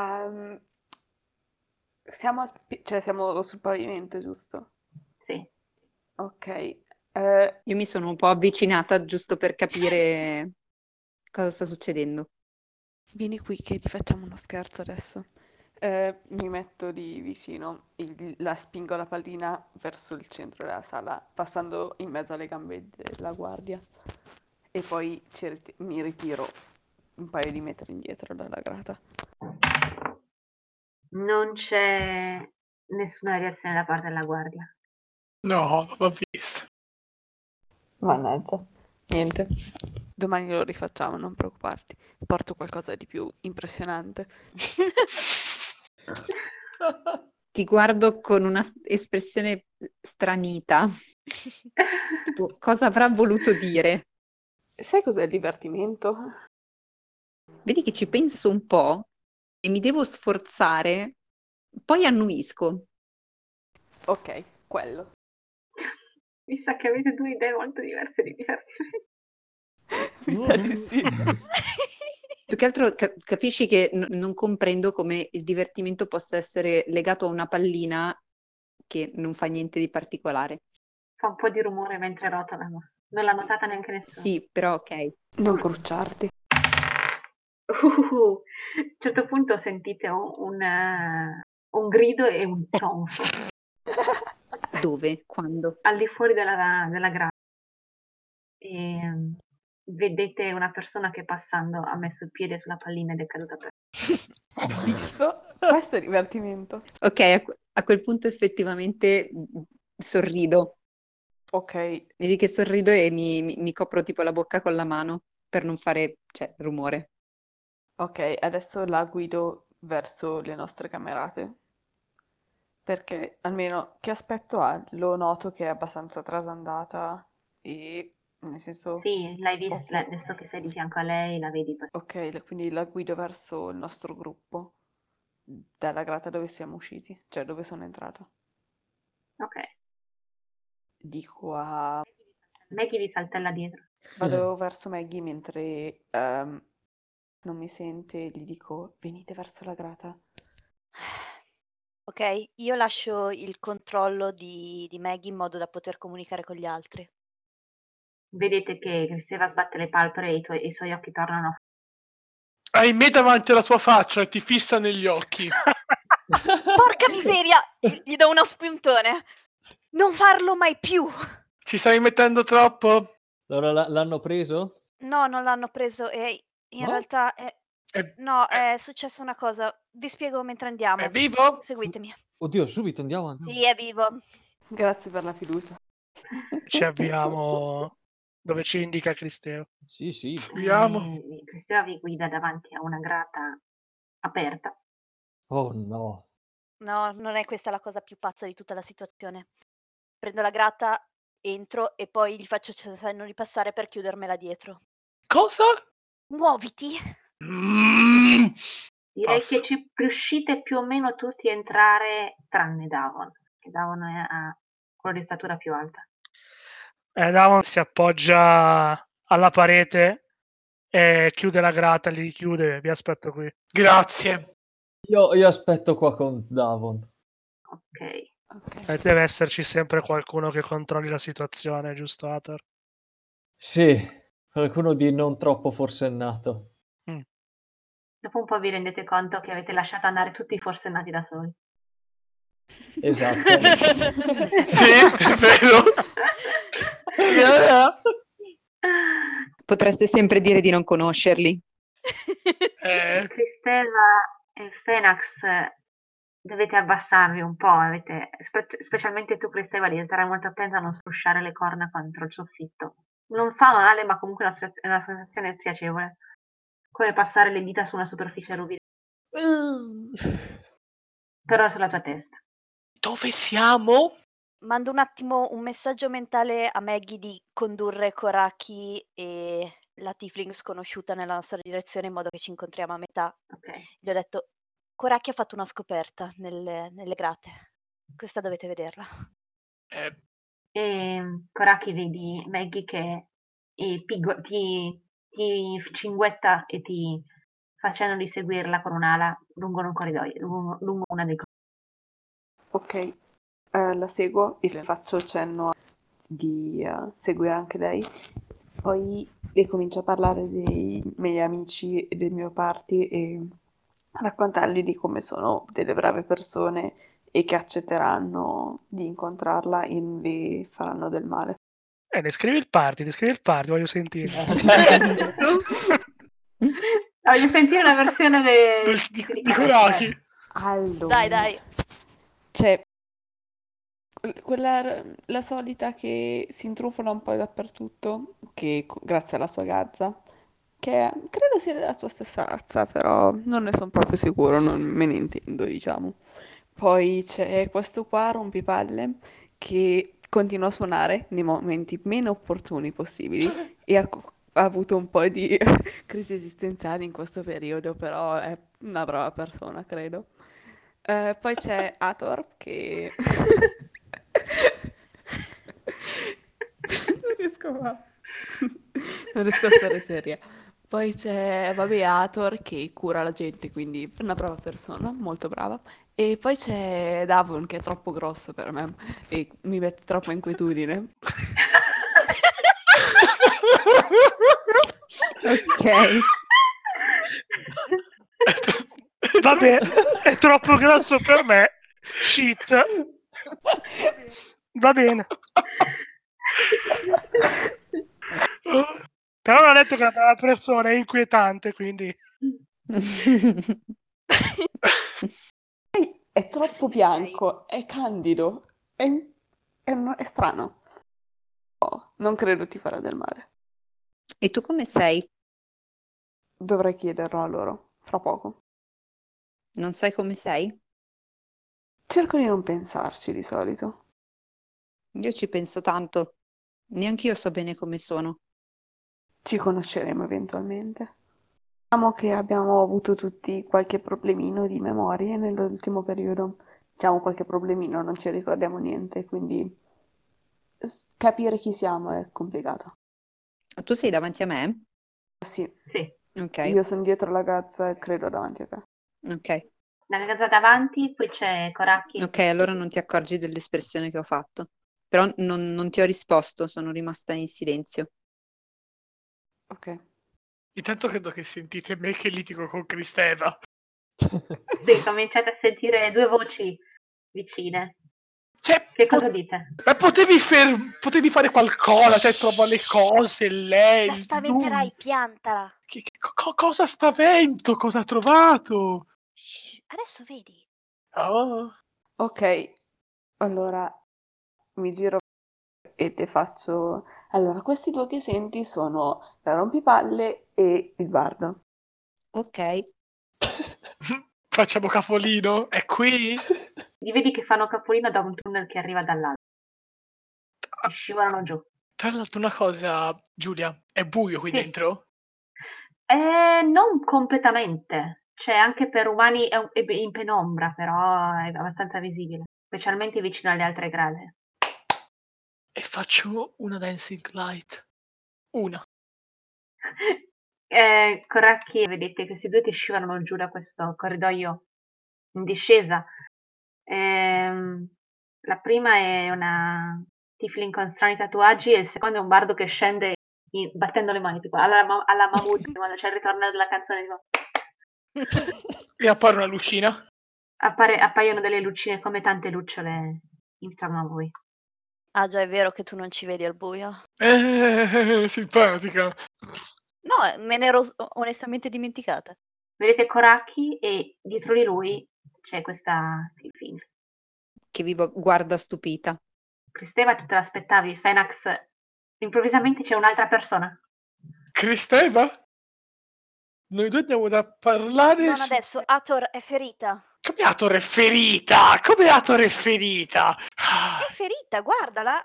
Siamo sul pavimento, giusto? Sì. Ok. Io mi sono un po' avvicinata giusto per capire cosa sta succedendo. Vieni qui che ti facciamo uno scherzo adesso. Mi metto lì vicino, la spingo la pallina verso il centro della sala, passando in mezzo alle gambe della guardia. E poi mi ritiro un paio di metri indietro dalla grata. Non c'è nessuna reazione da parte della guardia. No, non l'ho visto. Mannaggia. Niente. Domani lo rifacciamo, non preoccuparti. Porto qualcosa di più impressionante. Ti guardo con una espressione stranita. Tipo, cosa avrà voluto dire? Sai cos'è il divertimento? Vedi che ci penso un po' e mi devo sforzare, poi annuisco. Ok, quello. Mi sa che avete due idee molto diverse di divertimento. Mi sa di sì. Più che altro capisci che non comprendo come il divertimento possa essere legato a una pallina che non fa niente di particolare. Fa un po' di rumore mentre rotolano. Non l'ha notata neanche nessuno. Sì, però ok. Non crucciarti. A un certo punto sentite un grido e un tonfo Dove? Quando? al di fuori della grata. E vedete una persona che passando ha messo il piede sulla pallina ed è caduta per Visto? Questo è divertimento. Ok, a quel punto effettivamente sorrido. Ok, Vedi che sorrido e mi copro tipo la bocca con la mano per non fare, rumore. ok, adesso la guido verso le nostre camerate. Perché almeno che aspetto ha? Lo noto che è abbastanza trasandata e nel senso Sì, l'hai vista, poco. adesso che sei di fianco a lei la vedi. Ok, quindi la guido verso il nostro gruppo dalla grata dove siamo usciti, cioè dove sono entrata. Ok, Dico a... Maggie vi saltella dietro. Vado verso Maggie mentre non mi sente, gli dico venite verso la grata. Ok, io lascio il controllo di Maggie in modo da poter comunicare con gli altri. Vedete che Cristeva sbatte le palpebre e i suoi occhi tornano. Hai me davanti alla tua faccia e ti fissa negli occhi. Porca miseria! Gli do uno spuntone. Non farlo mai più. Ci stai mettendo troppo? Allora l'hanno preso? No, non l'hanno preso e in No? realtà È, è successa una cosa. Vi spiego mentre andiamo. è vivo? Seguitemi. Oddio, subito andiamo. Sì, è vivo. Grazie per la fiducia. Ci avviamo dove ci indica Cristeo. Sì, sì. Speriamo. Cristeva vi guida davanti a una grata aperta. Oh no. No, non è questa la cosa più pazza di tutta la situazione. Prendo la grata, entro e poi gli faccio cenno di passare per chiudermela dietro. Cosa? Muoviti! Mm, Direi passo. che ci riuscite più o meno tutti a entrare, tranne Davon, che Davon ha quello di statura più alta. Davon si appoggia alla parete e chiude la grata, li chiude, vi aspetto qui. Grazie. Io aspetto qua con Davon. Ok. Ok. Deve esserci sempre qualcuno che controlli la situazione, giusto, Atar? Sì, qualcuno di non troppo forsennato. Dopo un po' vi rendete conto che avete lasciato andare tutti i forsennati da soli. Esatto. Sì, è vero. Yeah. Potreste sempre dire di non conoscerli. Cristeva e Fenax dovete abbassarvi un po', specialmente tu Cristeva devi stare molto attenta a non strusciare le corna contro il soffitto, Non fa male, ma comunque è una sensazione spiacevole. Come passare le dita su una superficie ruvida, però sulla tua testa. Dove siamo? Mando un attimo un messaggio mentale a Maggie di condurre Koraki e la Tiefling sconosciuta nella nostra direzione in modo che ci incontriamo a metà. Ok. Gli ho detto, Koraki ha fatto una scoperta nelle grate. Questa dovete vederla. E Koraki vedi Maggie che ti cinguetta e ti facendo di seguirla con un'ala lungo un corridoio, lungo una dei corridoi. Ok, la seguo e le faccio cenno di seguire anche lei. Poi le comincio a parlare dei miei amici e del mio party e raccontargli di come sono delle brave persone e che accetteranno di incontrarla e non le faranno del male. Descrivi il party, voglio sentire. Voglio sentire una versione di Koraki. Allora, Dai. c'è quella la solita che si intrufola un po' dappertutto, che grazie alla sua gazza, che credo sia della tua stessa razza, però non ne sono proprio sicuro, non me ne intendo, diciamo. Poi c'è questo qua, rompipalle, che continua a suonare nei momenti meno opportuni possibili e ha avuto un po' di crisi esistenziali in questo periodo, però è una brava persona, credo. Poi c'è Ator che... Non riesco a... Non riesco a stare seria. Poi c'è, vabbè, Ator che cura la gente, quindi è una brava persona, molto brava. E poi c'è Davon che è troppo grosso per me e mi mette troppa inquietudine. Ok. Vabbè, è troppo grosso per me. Shit. Va bene. Però non ho detto che la persona è inquietante, quindi... È troppo bianco, è candido, è strano. Oh, non credo ti farà del male. E tu come sei? Dovrei chiederlo a loro, fra poco. Non sai come sei? Cerco di non pensarci di solito. Io ci penso tanto. Neanch'io so bene come sono. Ci conosceremo eventualmente. Diciamo che abbiamo avuto tutti qualche problemino di memorie nell'ultimo periodo. Diciamo qualche problemino, non ci ricordiamo niente, quindi capire chi siamo è complicato. Tu sei davanti a me? Sì, Sì. Ok, io sono dietro la gazza e credo davanti a te. ok. La casa davanti, poi c'è Koraki. Ok, allora non ti accorgi dell'espressione che ho fatto. Però non ti ho risposto, sono rimasta in silenzio. Ok. Intanto credo che sentite me che litigo con Cristeva. Sì, cominciate a sentire due voci vicine. Cioè, Che cosa dite? ma potevi fare qualcosa, cioè trova le cose, lei, La spaventerai, lui. piantala. Cosa spavento? Cosa ha trovato? Shh, adesso vedi. Oh. Ok, allora mi giro e le faccio... Allora, questi due che senti sono la rompipalle e il bardo. Ok. Facciamo capolino? È qui? Li vedi che fanno capolino da un tunnel che arriva dall'alto. E scivolano giù. Tra l'altro una cosa, Giulia, è buio qui Sì. dentro? Non completamente. Cioè, anche per umani è in penombra, però è abbastanza visibile, specialmente vicino alle altre grade. E faccio una dancing light. Una. Coracchi, vedete questi due che scivolano giù da questo corridoio in discesa. La prima è una Tiefling con strani tatuaggi e il secondo è un bardo che scende battendo le mani, tipo alla Mahmood, quando c'è il ritorno della canzone. Tipo, E appare una lucina. appaiono delle lucine come tante lucciole intorno a voi. Ah già, è vero che tu non ci vedi al buio. Simpatica. No, me ne ero onestamente dimenticata. Vedete Koraki e dietro di lui c'è questa Tiefling. Che vi guarda stupita. Cristeva, tu te l'aspettavi, Fenax improvvisamente c'è un'altra persona. Cristeva? Noi due andiamo da parlare Non su... adesso, Ator è ferita. Come Ator è ferita? Come Ator è ferita? È ferita, guardala.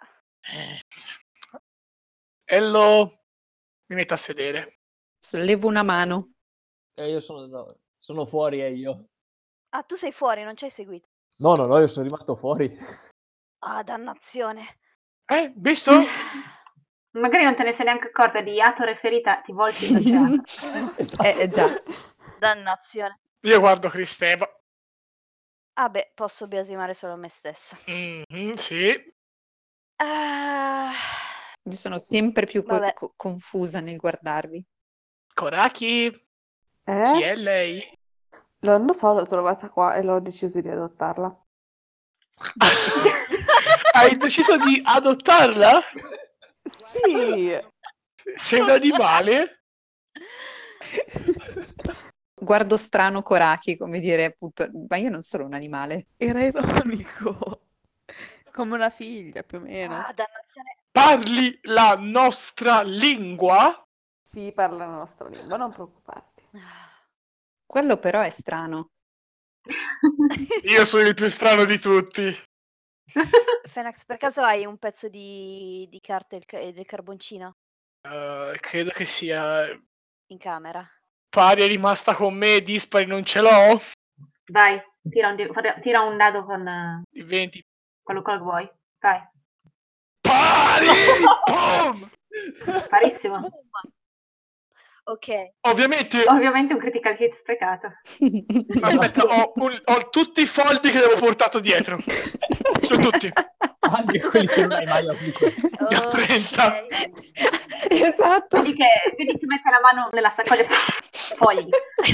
Ello, mi metto a sedere. Sollevo una mano. Io sono fuori io. Ah, tu sei fuori, non ci hai seguito. No, io sono rimasto fuori. Ah, dannazione. Visto? Magari non te ne sei neanche accorta di Ator è ferita, ti volti e non c'è Ator. Già. Dannazione. Io guardo Cristeva. Ah beh, posso biasimare solo me stessa. Sì. Ah, Io sono sempre più vabbè. confusa nel guardarvi. Koraki, chi è lei? Non lo so, l'ho trovata qua e l'ho deciso di adottarla. Hai deciso di adottarla? Sì! Sei un animale? Guardo strano Koraki, come dire, appunto, ma io non sono un animale. Era ironico. Come una figlia, più o meno. Ah, dannazione. Parli la nostra lingua? Sì, parla la nostra lingua, non preoccuparti. Quello però è strano. Io sono il più strano di tutti. Fenax, per caso hai un pezzo di carta e del carboncino Credo che sia... in camera? Pari è rimasta con me, dispari non ce l'ho? Vai, tira un dado con Di 20. quello che vuoi. Vai. Pari! Boom! Parissimo. Boom! Ok. Ovviamente... Ovviamente un critical hit sprecato. Aspetta, ho tutti i foldi che avevo portato dietro. Tutti. Anche quelli che non hai mai avuto. Ne ho 30. Esatto. Vedi che mette la mano nella saccoglia. Fogli.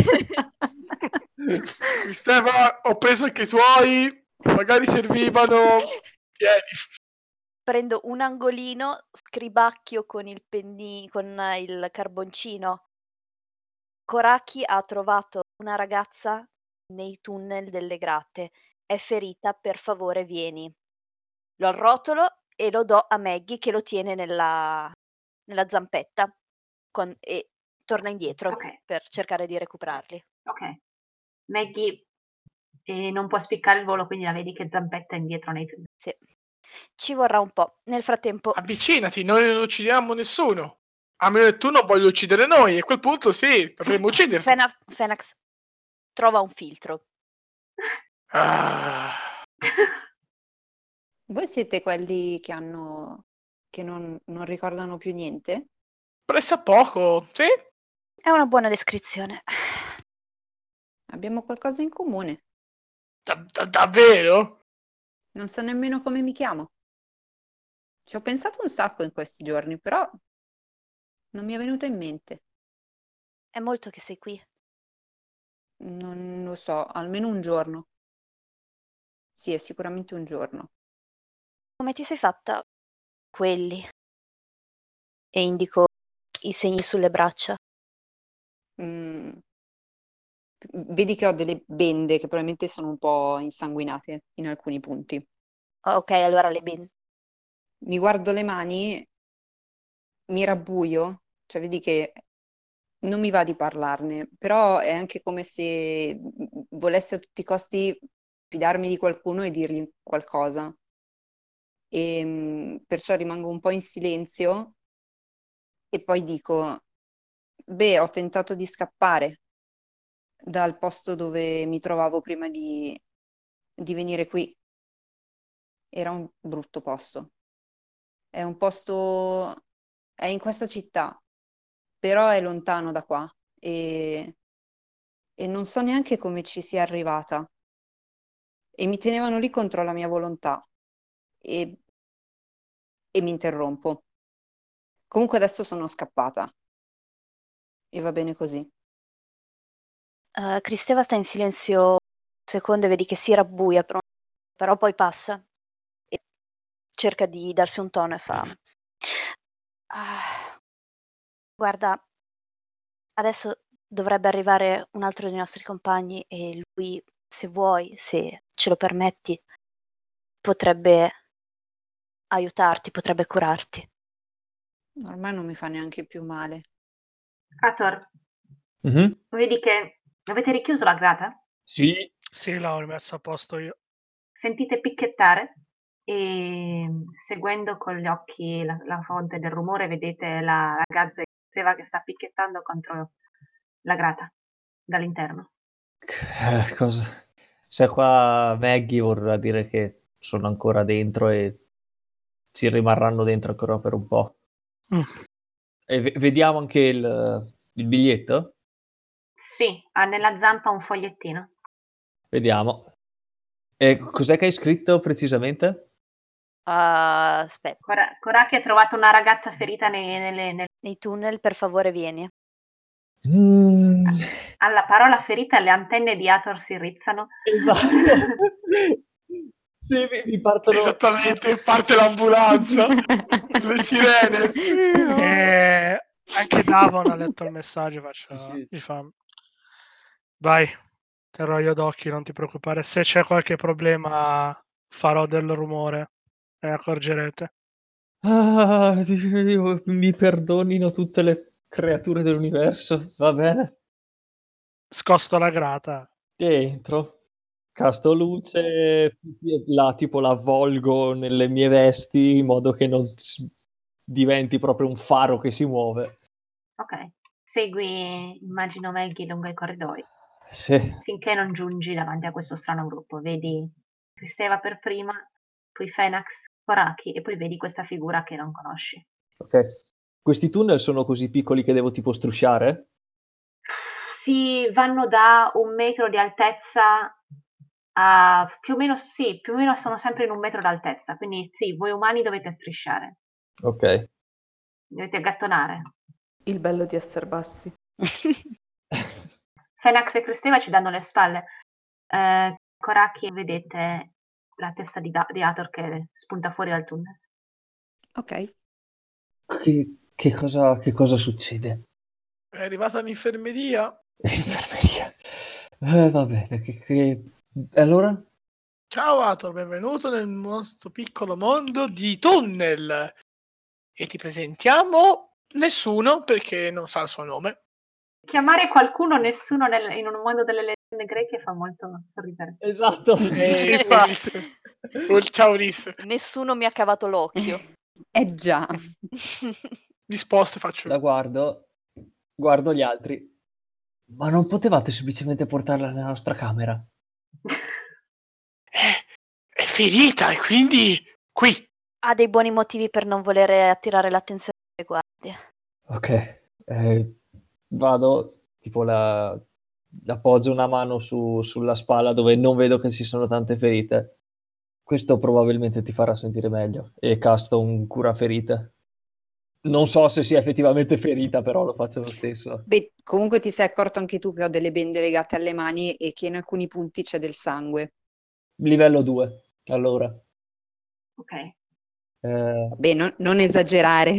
Stefano, ho preso anche i tuoi. Magari servivano. Vieni. Prendo un angolino, scribacchio con il carboncino. Koraki ha trovato una ragazza nei tunnel delle grate. È ferita, per favore vieni. Lo arrotolo e lo do a Maggie che lo tiene nella zampetta e torna indietro per cercare di recuperarli. Ok. Maggie non può spiccare il volo, quindi la vedi che zampetta indietro nei tunnel. Sì. Ci vorrà un po'. Nel frattempo... Avvicinati, noi non uccidiamo nessuno. A meno che tu non voglia uccidere noi. E a quel punto sì, potremmo ucciderti. Fenax trova un filtro. Voi siete quelli che non ricordano più niente? Pressappoco, sì. È una buona descrizione. Abbiamo qualcosa in comune. Davvero? Non so nemmeno come mi chiamo. Ci ho pensato un sacco in questi giorni, però non mi è venuto in mente. È molto che sei qui. Non lo so, almeno un giorno. Sì, è sicuramente un giorno. Come ti sei fatta quelli? E indico i segni sulle braccia. Vedi che ho delle bende che probabilmente sono un po' insanguinate in alcuni punti. Ok, allora le bende. Mi guardo le mani, mi rabbuio, cioè vedi che non mi va di parlarne, però è anche come se volessi a tutti i costi fidarmi di qualcuno e dirgli qualcosa. E perciò rimango un po' in silenzio e poi dico, beh, ho tentato di scappare dal posto dove mi trovavo prima di venire qui. Era un brutto posto. È un posto, è in questa città, però è lontano da qua e non so neanche come ci sia arrivata. E mi tenevano lì contro la mia volontà e mi interrompo. Comunque adesso sono scappata e va bene così. Cristeva sta in silenzio un secondo e vedi che si rabbuia, però poi passa e cerca di darsi un tono e fa: guarda, adesso dovrebbe arrivare un altro dei nostri compagni e lui, se vuoi, se ce lo permetti, potrebbe aiutarti, potrebbe curarti. Ormai non mi fa neanche più male. Ator, Mhm. vedi che avete richiuso la grata? Sì, Sì, l'ho rimessa a posto io. Sentite picchiettare e seguendo con gli occhi la fonte del rumore vedete la ragazza che sta picchiettando contro la grata dall'interno. cosa? Se è qua Maggie vorrà dire che sono ancora dentro e ci rimarranno dentro ancora per un po'. Mm. E vediamo anche il biglietto? Sì, ha nella zampa un fogliettino. Vediamo. E cos'è che hai scritto precisamente? Aspetta, Coraki ha trovato una ragazza ferita nei tunnel, per favore, vieni. Mm, alla parola ferita le antenne di Ator si rizzano. esatto. Sì, mi partono... Esattamente, parte l'ambulanza, le sirene. E anche Davon ha letto il messaggio, Sì. gli fa, vai, terrò io d'occhio, non ti preoccupare. Se c'è qualche problema farò del rumore e accorgerete. Ah, mi perdonino tutte le creature dell'universo, va bene? Scosto la grata. Dentro, casto luce, tipo la avvolgo nelle mie vesti in modo che non diventi proprio un faro che si muove. Ok, segui, immagino Maggie lungo i corridoi, Sì, finché non giungi davanti a questo strano gruppo. Vedi Cristeva per prima, poi Fenax, Coraki e poi vedi questa figura che non conosci. ok. Questi tunnel sono così piccoli che devo tipo strusciare? Si vanno da 1 metro di altezza a più o meno, sì, più o meno sono sempre in 1 metro d'altezza, quindi sì, voi umani dovete strisciare, Ok. dovete gattonare. Il bello di essere bassi. Fenax e Cristeva ci danno le spalle. Coraki, vedete la testa di Hathor che spunta fuori dal tunnel. Ok. Che cosa succede? È arrivata l'infermeria. L'infermeria. Va bene. Allora? Ciao Ator, benvenuto nel nostro piccolo mondo di tunnel. E ti presentiamo nessuno perché non sa il suo nome. Chiamare qualcuno nessuno in un mondo delle leggende greche fa molto sorridere. Esatto. Sì. Ehi, Infatti. Ulisse. Ciao Ulisse. Nessuno mi ha cavato l'occhio. Già. Disposto faccio. La guardo gli altri. Ma non potevate semplicemente portarla nella nostra camera? È ferita e quindi qui. Ha dei buoni motivi per non volere attirare l'attenzione delle guardie. Ok. Vado, tipo appoggio una mano sulla spalla dove non vedo che ci sono tante ferite. Questo probabilmente ti farà sentire meglio. E casto un cura ferite. Non so se sia effettivamente ferita, però lo faccio lo stesso. Beh, comunque ti sei accorto anche tu che ho delle bende legate alle mani e che in alcuni punti c'è del sangue. Livello 2, allora. Ok. Vabbè, non esagerare.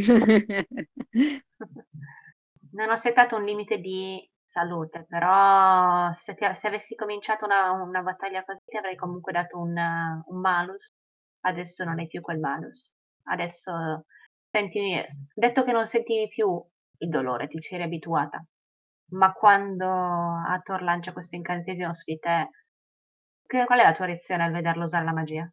Non ho settato un limite di salute, però se avessi cominciato una battaglia così ti avrei comunque dato un malus. Adesso non hai più quel malus. Adesso detto che non sentivi più il dolore, ti ci eri abituata. Ma quando Hathor lancia questo incantesimo su di te, qual è la tua reazione al vederlo usare la magia?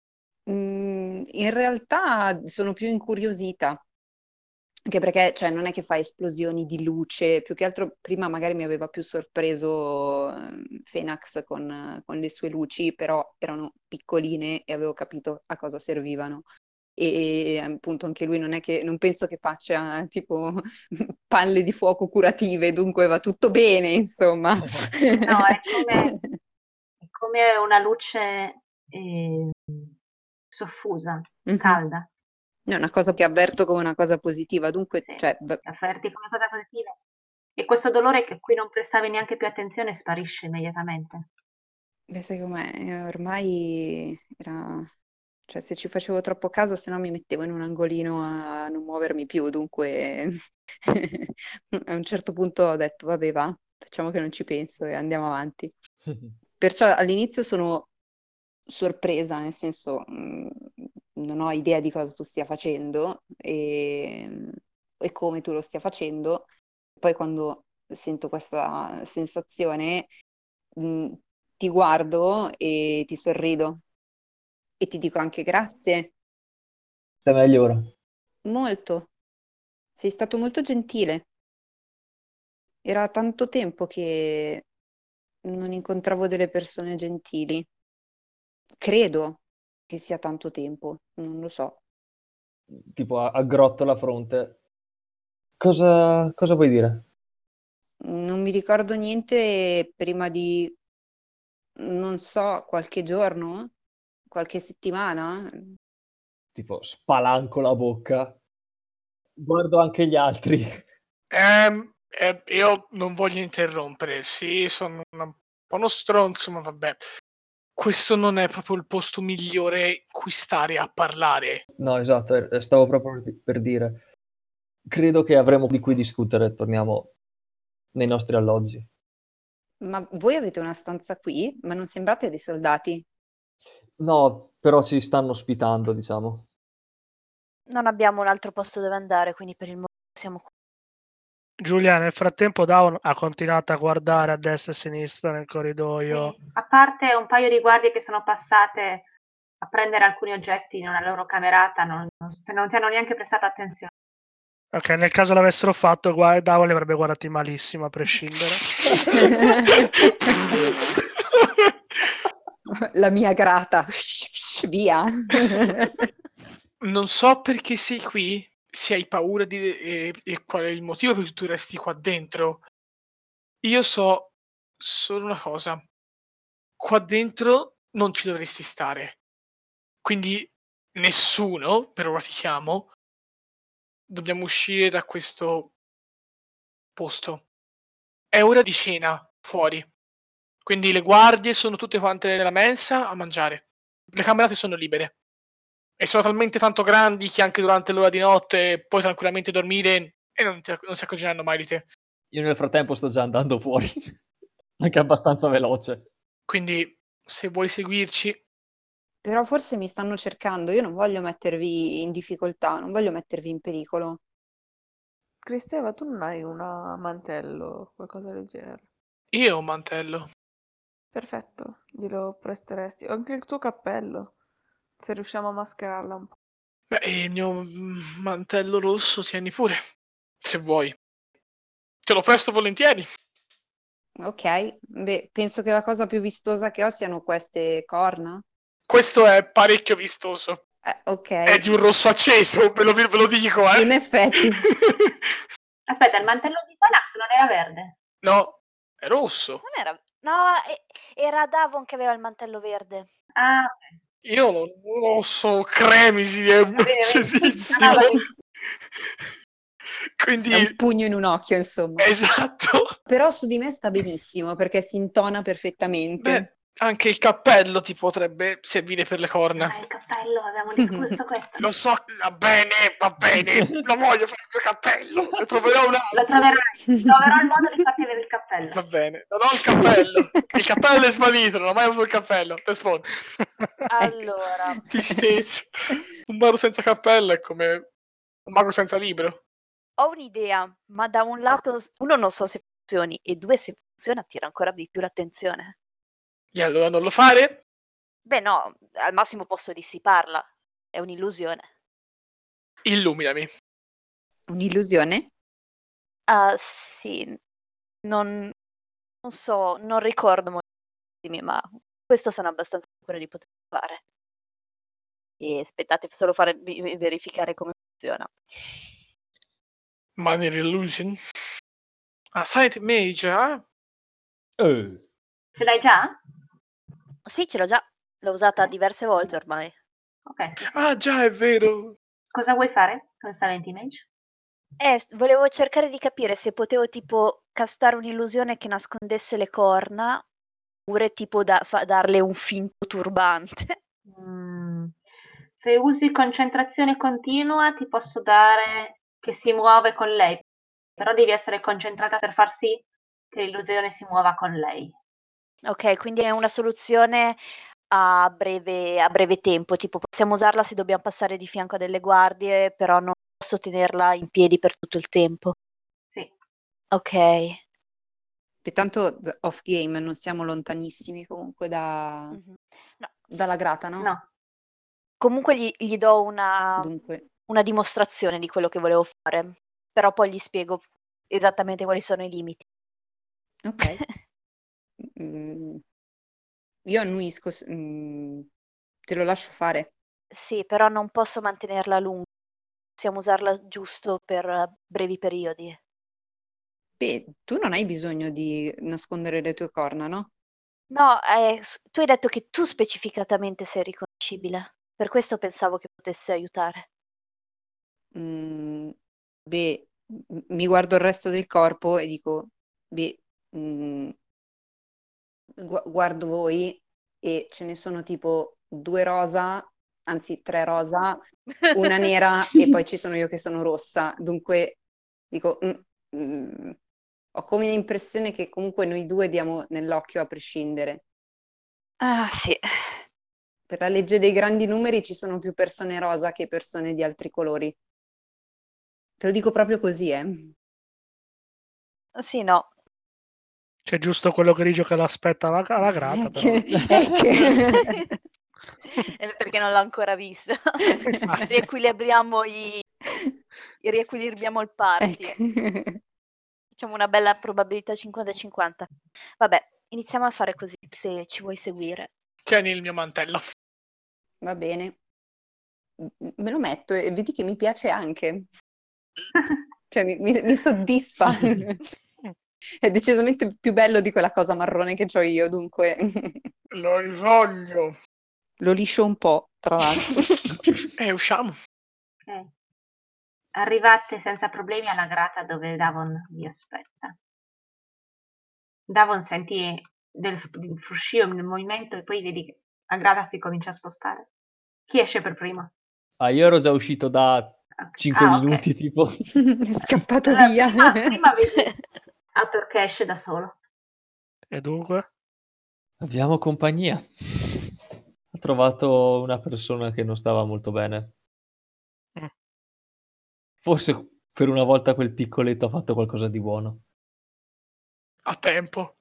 In realtà sono più incuriosita, anche perché cioè, non è che fa esplosioni di luce, più che altro prima magari mi aveva più sorpreso Fenax con le sue luci, però erano piccoline e avevo capito a cosa servivano. E appunto anche lui non penso che faccia tipo palle di fuoco curative, dunque va tutto bene, insomma. No, è come una luce soffusa, Mhm. calda. È una cosa che avverto come una cosa positiva, dunque, Sì, cioè, ti avverti come cosa positiva. E questo dolore che a cui non prestavi neanche più attenzione sparisce immediatamente. beh, sai com'è, ormai era... Cioè, se ci facevo troppo caso, se no mi mettevo in un angolino a non muovermi più, dunque a un certo punto ho detto, vabbè, va, facciamo che non ci penso e andiamo avanti. Perciò all'inizio sono sorpresa, nel senso non ho idea di cosa tu stia facendo e come tu lo stia facendo. Poi quando sento questa sensazione, ti guardo e ti sorrido e ti dico anche grazie, Sta meglio ora. molto. Sei stato molto gentile. Era tanto tempo che non incontravo delle persone gentili. Credo che sia tanto tempo, non lo so. Tipo aggrotto la fronte. Cosa vuoi dire? Non mi ricordo niente prima di, non so, qualche giorno, qualche settimana. Tipo spalanco la bocca. Guardo anche gli altri. Io non voglio interrompere, sì, sono un po' uno stronzo, ma vabbè. Questo non è proprio il posto migliore in cui stare a parlare. No, esatto, stavo proprio per dire. Credo che avremo di cui discutere. Torniamo nei nostri alloggi. Ma voi avete una stanza qui, ma non sembrate dei soldati. No, però si stanno ospitando, diciamo. Non abbiamo un altro posto dove andare, quindi per il momento siamo qui. Giulia, nel frattempo Dawn ha continuato a guardare a destra e a sinistra nel Sì, corridoio. a parte un paio di guardie che sono passate a prendere alcuni oggetti nella loro camerata, non ti hanno neanche prestato attenzione. Ok, nel caso l'avessero fatto, Dawn li avrebbe guardati malissimo, a prescindere. La mia grata. Via. Non so perché sei qui, se hai paura e qual è il motivo per cui tu resti qua dentro. Io so solo una cosa. Qua dentro non ci dovresti stare. Quindi nessuno, per ora ti chiamo, dobbiamo uscire da questo posto. È ora di cena, fuori. Quindi le guardie sono tutte quante nella mensa a mangiare. Le camerate sono libere. E sono talmente tanto grandi che anche durante l'ora di notte puoi tranquillamente dormire e non si accorgeranno mai di te. Io nel frattempo sto già andando fuori. Anche abbastanza veloce. Quindi, se vuoi seguirci, Però forse mi stanno cercando, io non voglio mettervi in difficoltà, non voglio mettervi in pericolo. Cristeva, tu non hai un mantello o qualcosa del genere? io ho un mantello. Perfetto, glielo presteresti. O anche il tuo cappello, se riusciamo a mascherarla un po'. Beh, il mio mantello rosso tieni pure, se vuoi. Te lo presto volentieri. Ok, beh, penso che la cosa più vistosa che ho siano queste corna. Questo è parecchio vistoso. Ok, È di un rosso acceso, ve lo dico, eh. in effetti. Aspetta, il mantello di Panax non era verde? No, è rosso. Non era... No, era Davon che aveva il mantello verde. Ah, ok. Io lo rosso cremisi è Va bene, accesissimo. va È un Quindi, pugno in un occhio, insomma. esatto. Però su di me sta benissimo perché si intona perfettamente. Beh, anche il cappello ti potrebbe servire per le corna. Ah, il cappello, avevamo discusso questo. Lo so, va bene, lo voglio fare il mio cappello, ne troverò un altro. Lo troverò il modo di farti avere il cappello. Va bene, non ho il cappello. Il cappello è svanito, non ho mai avuto il cappello. Te rispondo. Allora, Ti stessi. Un mago senza cappello è come un mago senza libro. ho un'idea, ma da un lato, uno non so se funzioni, e due se funziona attira ancora di più l'attenzione. E allora non lo fare? Beh no, al massimo posso dissiparla, è un'illusione. Illuminami. Un'illusione? Ah sì, non so, non ricordo moltissimi, ma questo sono abbastanza sicura di poter fare. E aspettate solo verificare come funziona. Minor Illusion? Ah, Silent Mage, eh? Ce l'hai già? Sì, ce l'ho già, l'ho usata diverse volte ormai. Ok, sì. Ah, già, è vero. Cosa vuoi fare con Silent Image? Volevo cercare di capire se potevo tipo castare un'illusione che nascondesse le corna, oppure tipo darle un finto turbante. Se usi concentrazione continua ti posso dare che si muove con lei, però devi essere concentrata per far sì che l'illusione si muova con lei. Ok, quindi è una soluzione a breve tempo, tipo possiamo usarla se dobbiamo passare di fianco a delle guardie, però non posso tenerla in piedi per tutto il tempo. Sì. Ok. E tanto off game non siamo lontanissimi comunque Mhm. No, dalla grata, no? No. comunque gli do una Dunque, dimostrazione di quello che volevo fare, però poi gli spiego esattamente quali sono i limiti. ok. Mm, io annuisco, te lo lascio fare. Sì, però non posso mantenerla a lungo. Possiamo usarla giusto per brevi periodi. Beh, tu non hai bisogno di nascondere le tue corna, no? No, tu hai detto che tu specificatamente sei riconoscibile. Per questo pensavo che potesse aiutare. Mm, beh, mi guardo il resto del corpo e dico, beh, mm, guardo voi e ce ne sono tipo 2 rosa, anzi 3 rosa, una nera e poi ci sono io che sono rossa. Dunque dico, ho come l'impressione che comunque noi due diamo nell'occhio a prescindere. Ah, sì. Per la legge dei grandi numeri ci sono più persone rosa che persone di altri colori. Te lo dico proprio così, eh. Sì, no. C'è giusto quello grigio che l'aspetta alla grata, È però. Perché non l'ho ancora visto. Infatti. Riequilibriamo il party. Facciamo una bella probabilità 50-50. Vabbè, iniziamo a fare così, se ci vuoi seguire. Tieni il mio mantello. Va bene. Me lo metto e vedi che mi piace anche. Cioè, mi soddisfa. È decisamente più bello di quella cosa marrone che ho io, dunque Lo rivoglio. lo liscio un po', tra l'altro. E usciamo. Ok. Arrivate senza problemi alla grata dove Davon vi aspetta. Davon senti del fruscio, il movimento e poi vedi che la grata si comincia a spostare. Chi esce per primo? Io ero già uscito da 5 Ah, ok. minuti, tipo. È scappato Allora, via. prima vedi Arthur che esce da solo. E dunque? Abbiamo compagnia. Ho trovato una persona che non stava molto bene. Mm. Forse per una volta quel piccoletto ha fatto qualcosa di buono. A tempo.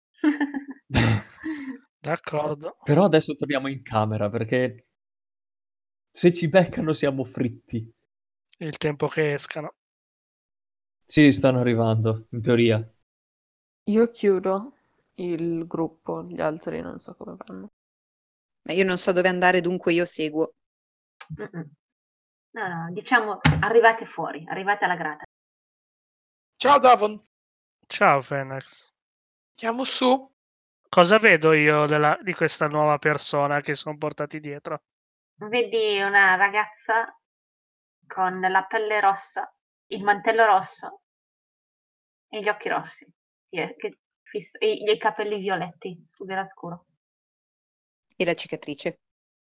D'accordo. Però adesso torniamo in camera perché se ci beccano siamo fritti. Il tempo che escano. Sì, stanno arrivando, in teoria. Io chiudo il gruppo, gli altri non so come vanno. Ma io non so dove andare, dunque io seguo. Mm-mm. No, diciamo arrivate fuori, arrivate alla grata. Ciao Davon. Ciao, Fenex. Andiamo su. Cosa vedo io di questa nuova persona che sono portati dietro? Vedi una ragazza con la pelle rossa, il mantello rosso e gli occhi rossi e i capelli violetti, scuro scuro. E la cicatrice.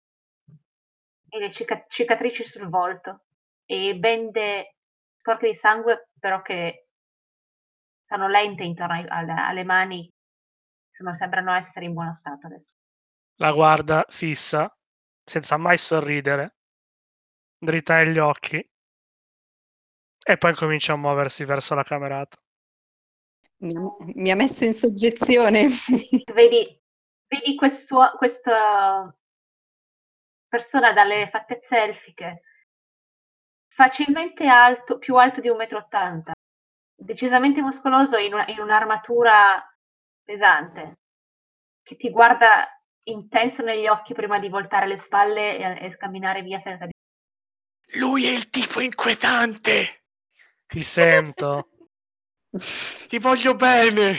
E le cicatrici sul volto e bende sporche di sangue, però che sono lente intorno alle mani, sembrano essere in buono stato adesso. La guarda fissa, senza mai sorridere, dritta negli occhi, e poi comincia a muoversi verso la camerata. Mi ha messo in soggezione. Vedi questa persona dalle fattezze elfiche, facilmente alto, più alto di 1,80 m, decisamente muscoloso in un'armatura pesante, che ti guarda intenso negli occhi prima di voltare le spalle e camminare via senza di... Lui è il tipo inquietante. Ti sento. Ti voglio bene.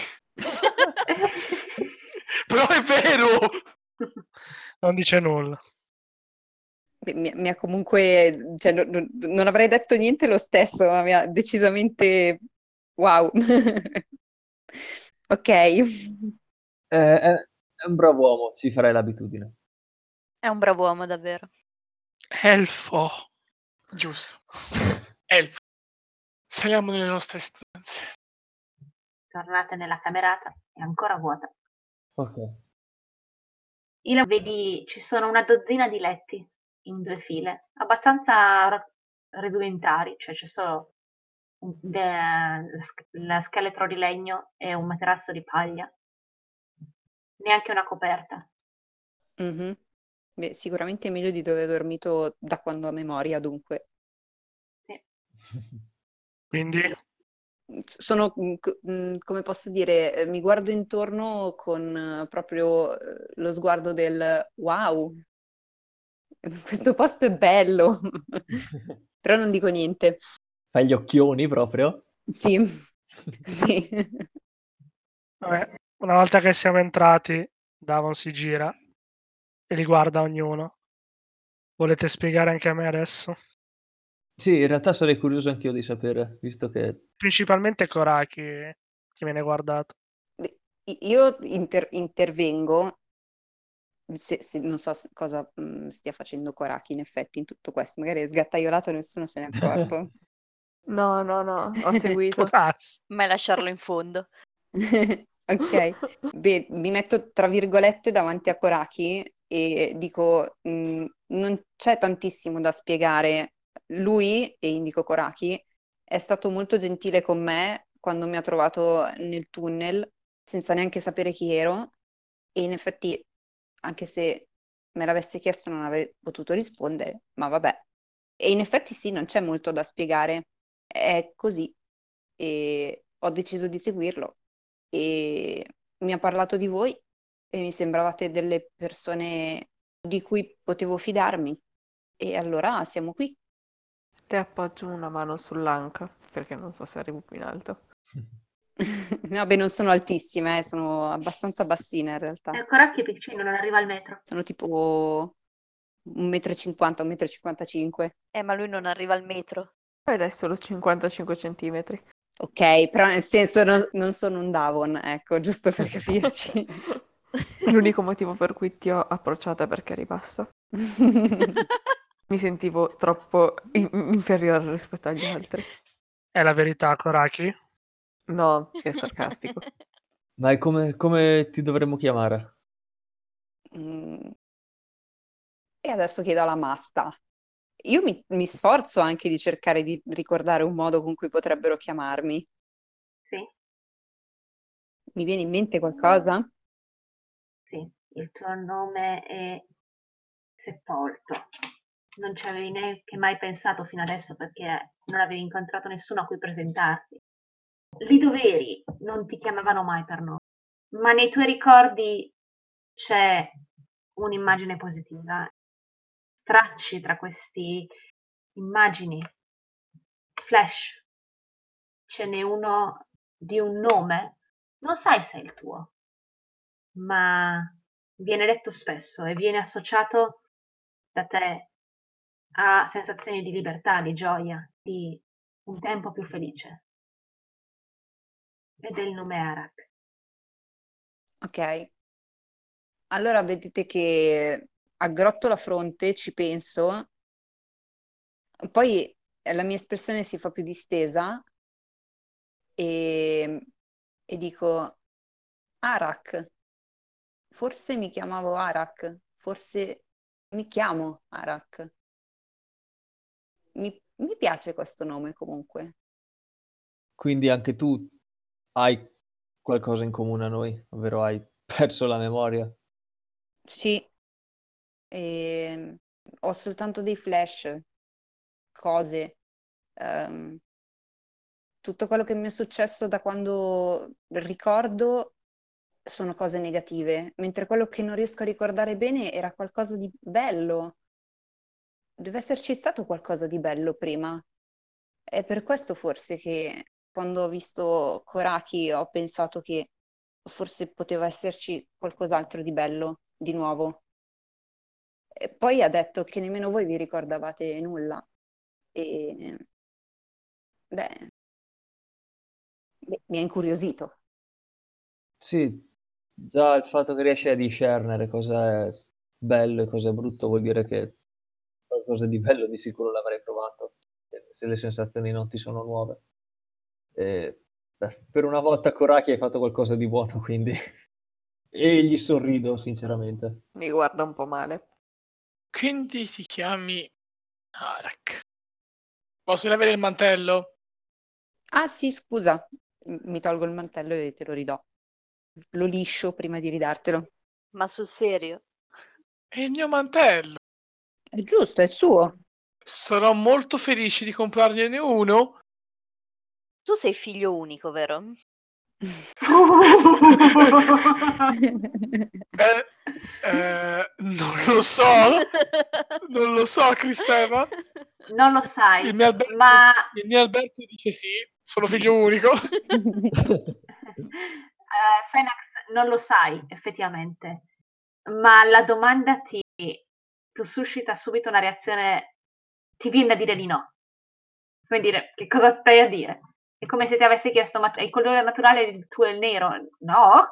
Però è vero. Non dice nulla. Mi ha comunque, cioè, non avrei detto niente lo stesso, ma mi ha decisamente wow. Ok. È un bravo uomo, ci farei l'abitudine. È un bravo uomo, davvero. Elfo. Giusto. Elfo. Saliamo nelle nostre stanze. Tornate nella camerata, è ancora vuota. Ok. Vedi, ci sono una dozzina di letti in 2 file, abbastanza rudimentari, cioè c'è solo la scheletro di legno e un materasso di paglia, neanche una coperta. Mhm. Beh, sicuramente è meglio di dove ho dormito da quando ho memoria, dunque. Sì. Quindi Sono, come posso dire, mi guardo intorno con proprio lo sguardo del wow, questo posto è bello, però non dico niente. Fai gli occhioni proprio. Sì, sì. vabbè, una volta che siamo entrati, Davon si gira e li guarda ognuno. Volete spiegare anche a me adesso? Sì, in realtà sarei curioso anch'io di sapere, visto che... Principalmente Koraki che viene guardato. Beh, io intervengo, non so cosa stia facendo Koraki in effetti in tutto questo, magari è sgattaiolato e nessuno se n'è accorto. No, ho Può seguito. darsi. Ma lasciarlo in fondo. Ok, beh, mi metto tra virgolette davanti a Koraki e dico, non c'è tantissimo da spiegare. Lui, e indico Koraki, è stato molto gentile con me quando mi ha trovato nel tunnel, senza neanche sapere chi ero, e in effetti, anche se me l'avesse chiesto, non avrei potuto rispondere, ma vabbè. E in effetti sì, non c'è molto da spiegare, è così, e ho deciso di seguirlo e mi ha parlato di voi e mi sembravate delle persone di cui potevo fidarmi e allora siamo qui. Le appoggio una mano sull'anca, perché non so se arrivo più in alto. No, beh, non sono altissime, sono abbastanza bassine in realtà. Il Coracchio è piccino, non arriva al metro. Sono tipo 1,50 m, 1,55 m. Ma lui non arriva al metro. Poi adesso solo 55 centimetri. Ok, però nel senso non sono un Davon, ecco, giusto per capirci. L'unico motivo per cui ti ho approcciata è perché eri bassa. Mi sentivo troppo inferiore rispetto agli altri. È la verità, Koraki? No, è sarcastico. Ma è come ti dovremmo chiamare? Mm. E adesso chiedo alla Masta. Io mi sforzo anche di cercare di ricordare un modo con cui potrebbero chiamarmi. Sì, Mi viene in mente qualcosa? sì, il tuo nome è Sepolto. Non ci avevi neanche mai pensato fino adesso perché non avevi incontrato nessuno a cui presentarti. Lì dove eri non ti chiamavano mai per nome, ma nei tuoi ricordi c'è un'immagine positiva. Stracci tra queste immagini, flash, ce n'è uno di un nome, non sai se è il tuo, ma viene detto spesso e viene associato da te a sensazioni di libertà, di gioia, di un tempo più felice. Ed è il nome Arak. Ok. Allora vedete che aggrotto la fronte, ci penso, poi la mia espressione si fa più distesa e, e dico Arak. Forse mi chiamavo Arak, forse mi chiamo Arak. Mi piace questo nome comunque. Quindi anche tu hai qualcosa in comune a noi, ovvero hai perso la memoria. Sì, e ho soltanto dei flash, cose, ehm, tutto quello che mi è successo da quando ricordo sono cose negative, mentre quello che non riesco a ricordare bene era qualcosa di bello. Deve esserci stato qualcosa di bello prima. È per questo forse che quando ho visto Koraki ho pensato che forse poteva esserci qualcos'altro di bello, di nuovo. E poi ha detto che nemmeno voi vi ricordavate nulla. E beh, mi ha incuriosito. Sì, già il fatto che riesci a discernere cosa è bello e cosa è brutto vuol dire che qualcosa di bello di sicuro l'avrei provato, se le sensazioni non ti sono nuove. E, beh, per una volta Koraki hai fatto qualcosa di buono, quindi... E gli sorrido, sinceramente. Mi guarda un po' male. Quindi ti chiami Arak. Posso avere il mantello? Ah sì, scusa, mi tolgo il mantello e te lo ridò. Lo liscio prima di ridartelo. Ma sul serio? È il mio mantello. È giusto, è suo. Sarò molto felice di comprargliene uno. Tu sei figlio unico, vero? Non lo so. Non lo so, Cristeva. Non lo sai, Il mio Alberto, ma il mio Alberto dice sì, sono figlio unico. Fenax non lo sai effettivamente, ma la domanda ti suscita subito una reazione, ti viene da dire di no. Come dire, che cosa stai a dire? È come se ti avessi chiesto, ma il colore naturale del tuo è il nero? No?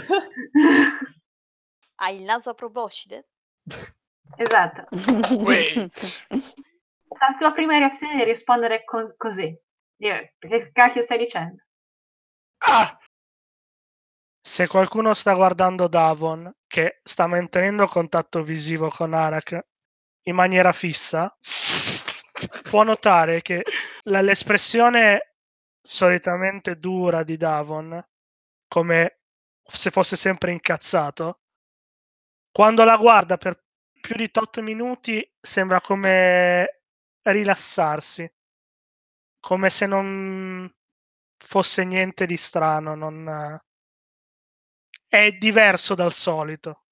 Hai il naso a proboscide? Esatto. Wait. La tua prima reazione è rispondere così. Dire, che cacchio stai dicendo? Ah, Se qualcuno sta guardando Davon, che sta mantenendo contatto visivo con Arak in maniera fissa, può notare che l'espressione solitamente dura di Davon, come se fosse sempre incazzato, quando la guarda per più di 8 minuti sembra come rilassarsi, come se non fosse niente di strano, è diverso dal solito.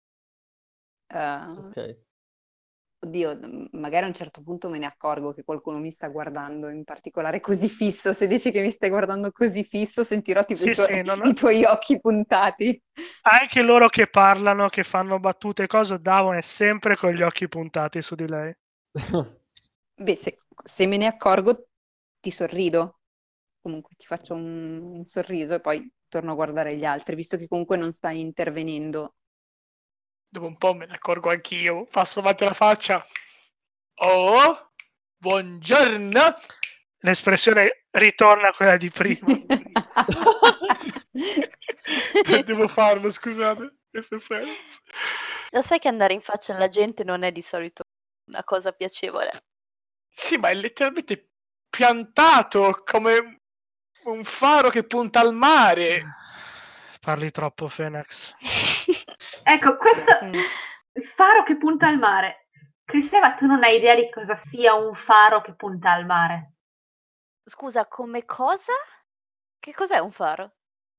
Ok. Oddio, magari a un certo punto me ne accorgo che qualcuno mi sta guardando in particolare così fisso. Se dici che mi stai guardando così fisso, sentirò tipo Sì, sì, i tuoi occhi puntati. anche loro che parlano, che fanno battute e cose, Davon è sempre con gli occhi puntati su di lei. Beh, se me ne accorgo, ti sorrido. Comunque ti faccio un sorriso e poi torno a guardare gli altri, visto che comunque non stai intervenendo. dopo un po' me ne accorgo anch'io. Passo avanti la faccia. Oh, buongiorno. L'espressione ritorna a quella di prima. Devo farlo, scusate. Questo è Fenax. Lo sai che andare in faccia alla gente non è di solito una cosa piacevole. Sì, ma è letteralmente piantato come un faro che punta al mare. Parli troppo, Fenax. Ecco, questo il faro che punta al mare. Cristeva, tu non hai idea di cosa sia un faro che punta al mare. Scusa, come cosa? Che cos'è un faro?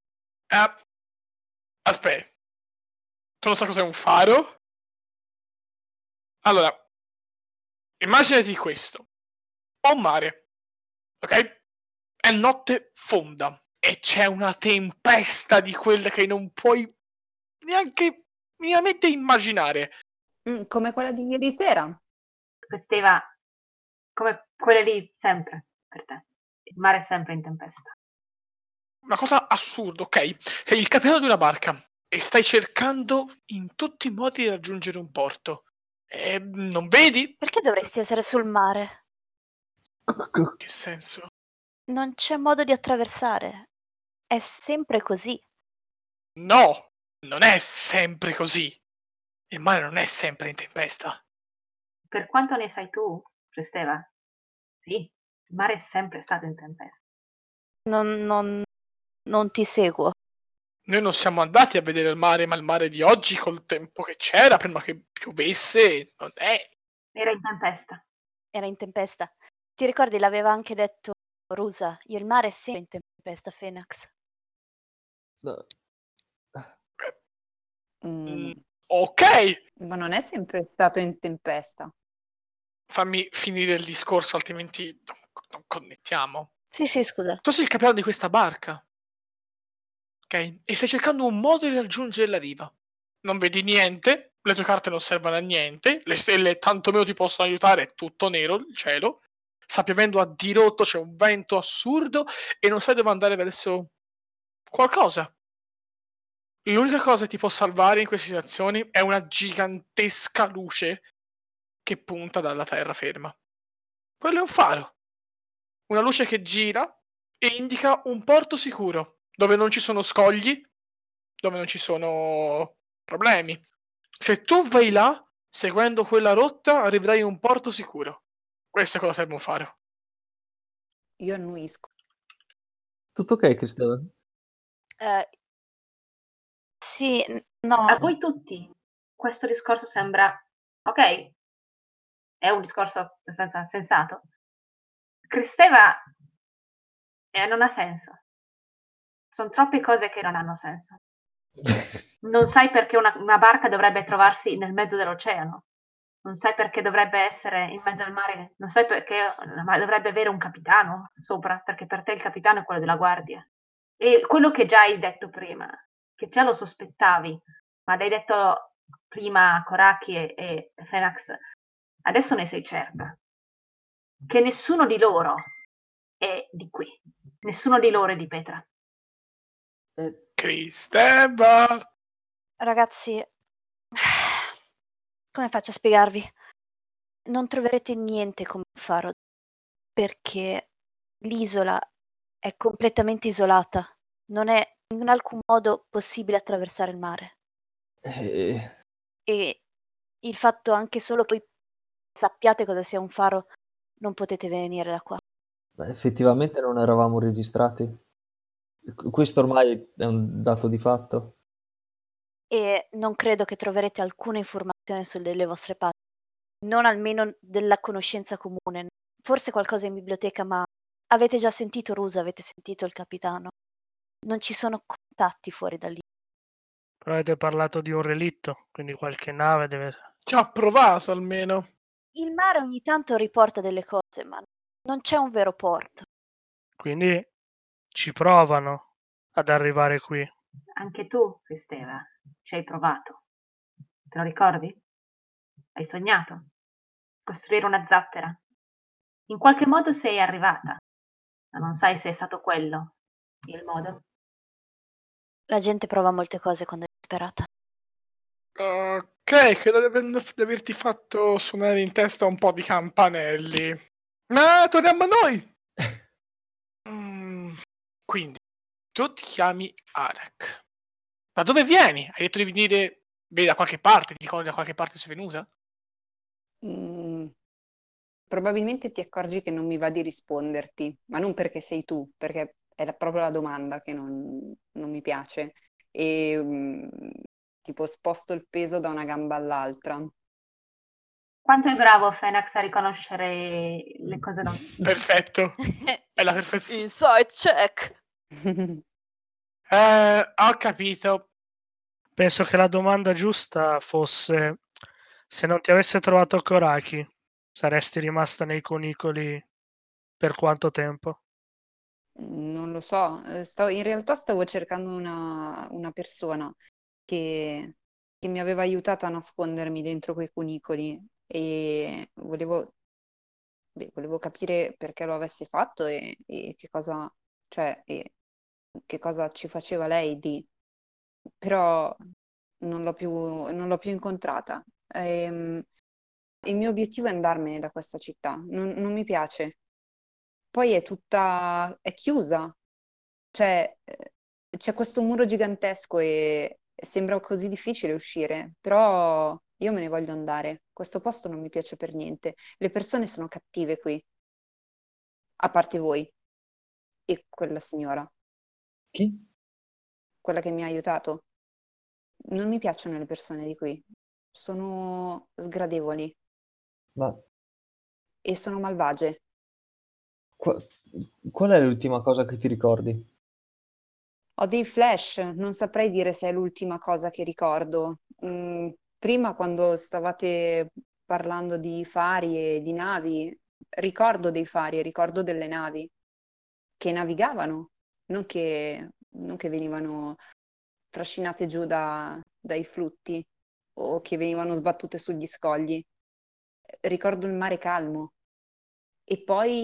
Aspetta. Tu non sai cos'è un faro? Allora, immaginati questo. Ho un mare, ok? È notte fonda e c'è una tempesta di quelle che non puoi neanche minimamente immaginare. Come quella di ieri sera. Cristeva, come quelle lì sempre per te. Il mare è sempre in tempesta. Una cosa assurda, ok? Sei il capitano di una barca e stai cercando in tutti i modi di raggiungere un porto. E non vedi? Perché dovresti essere sul mare? Che senso? Non c'è modo di attraversare. È sempre così. No, non è sempre così. Il mare non è sempre in tempesta. Per quanto ne sai tu, Cristeva? Sì, il mare è sempre stato in tempesta. Non ti seguo. Noi non siamo andati a vedere il mare, ma il mare di oggi, col tempo che c'era, prima che piovesse, non è. Era in tempesta. Era in tempesta. Ti ricordi, l'aveva anche detto Rusa, il mare è sempre in tempesta, Fenax. No. Ok, Ma non è sempre stato in tempesta. fammi finire il discorso, altrimenti non connettiamo. Sì, scusa. Tu sei il capitano di questa barca, ok? E stai cercando un modo di raggiungere la riva. Non vedi niente, le tue carte non servono a niente, le stelle tantomeno ti possono aiutare, è tutto nero il cielo. Sta piovendo a dirotto, c'è un vento assurdo e non sai dove andare verso qualcosa. L'unica cosa che ti può salvare in queste situazioni è una gigantesca luce che punta dalla terraferma. Quello è un faro. Una luce che gira e indica un porto sicuro, dove non ci sono scogli, dove non ci sono problemi. Se tu vai là, seguendo quella rotta, arriverai in un porto sicuro. Questo è cosa serve un faro. Io annuisco. Tutto ok, Cristeva? Sì, no, A voi tutti questo discorso sembra ok? È un discorso abbastanza sensato. Cristeva non ha senso. Sono troppe cose che non hanno senso. Non sai perché una barca dovrebbe trovarsi nel mezzo dell'oceano. Non sai perché dovrebbe essere in mezzo al mare. Non sai perché dovrebbe avere un capitano sopra, perché per te il capitano è quello della guardia. E quello che già hai detto prima, che già lo sospettavi, ma l'hai detto prima a Koraki e Fenax, adesso ne sei certa. Che nessuno di loro è di qui. Nessuno di loro è di Petra. Cristeva! ragazzi, come faccio a spiegarvi? Non troverete niente come un faro, perché l'isola è completamente isolata. Non è in alcun modo possibile attraversare il mare. Eh, E il fatto anche solo che voi sappiate cosa sia un faro, non potete venire da qua. effettivamente non eravamo registrati. Questo ormai è un dato di fatto. E non credo che troverete alcuna informazione sulle vostre parti, non almeno della conoscenza comune. Forse qualcosa in biblioteca, ma avete già sentito Rusa, avete sentito il capitano. Non ci sono contatti fuori da lì. Però avete parlato di un relitto, quindi qualche nave deve... Ci ha provato almeno. Il mare ogni tanto riporta delle cose, ma non c'è un vero porto. Quindi ci provano ad arrivare qui. Anche tu, Cristeva, ci hai provato. Te lo ricordi? Hai sognato? Costruire una zattera. In qualche modo sei arrivata, ma non sai se è stato quello il modo. La gente prova molte cose quando è disperata. Ok, credo di averti fatto suonare in testa un po' di campanelli. Ma torniamo a noi! Quindi, tu ti chiami Arak. Da dove vieni? Hai detto di venire da qualche parte? Ti ricordi da qualche parte sei venuta? Mm, probabilmente ti accorgi che non mi va di risponderti, ma non perché sei tu, perché è proprio la domanda che non mi piace. E tipo sposto il peso da una gamba all'altra. Quanto è bravo Fenax a riconoscere le cose non... Perfetto, è la perfezione. Inside check! Ho capito. Penso che la domanda giusta fosse: se non ti avesse trovato Koraki, saresti rimasta nei cunicoli per quanto tempo? Non lo so, in realtà stavo cercando una persona che mi aveva aiutato a nascondermi dentro quei cunicoli e volevo capire perché lo avesse fatto e che cosa, cioè, e che cosa ci faceva lei lì, però non l'ho più incontrata. Il mio obiettivo è andarmene da questa città, non mi piace. Poi è chiusa, cioè c'è questo muro gigantesco e sembra così difficile uscire, però io me ne voglio andare. Questo posto non mi piace per niente. Le persone sono cattive qui, a parte voi e quella signora, Chi? quella che mi ha aiutato. Non mi piacciono le persone di qui, sono sgradevoli Ma e sono malvagie. qua- qual è l'ultima cosa che ti ricordi? Ho dei flash, non saprei dire se è l'ultima cosa che ricordo. Prima, quando stavate parlando di fari e di navi, ricordo dei fari e ricordo delle navi che navigavano, non che venivano trascinate giù dai flutti o che venivano sbattute sugli scogli. Ricordo il mare calmo e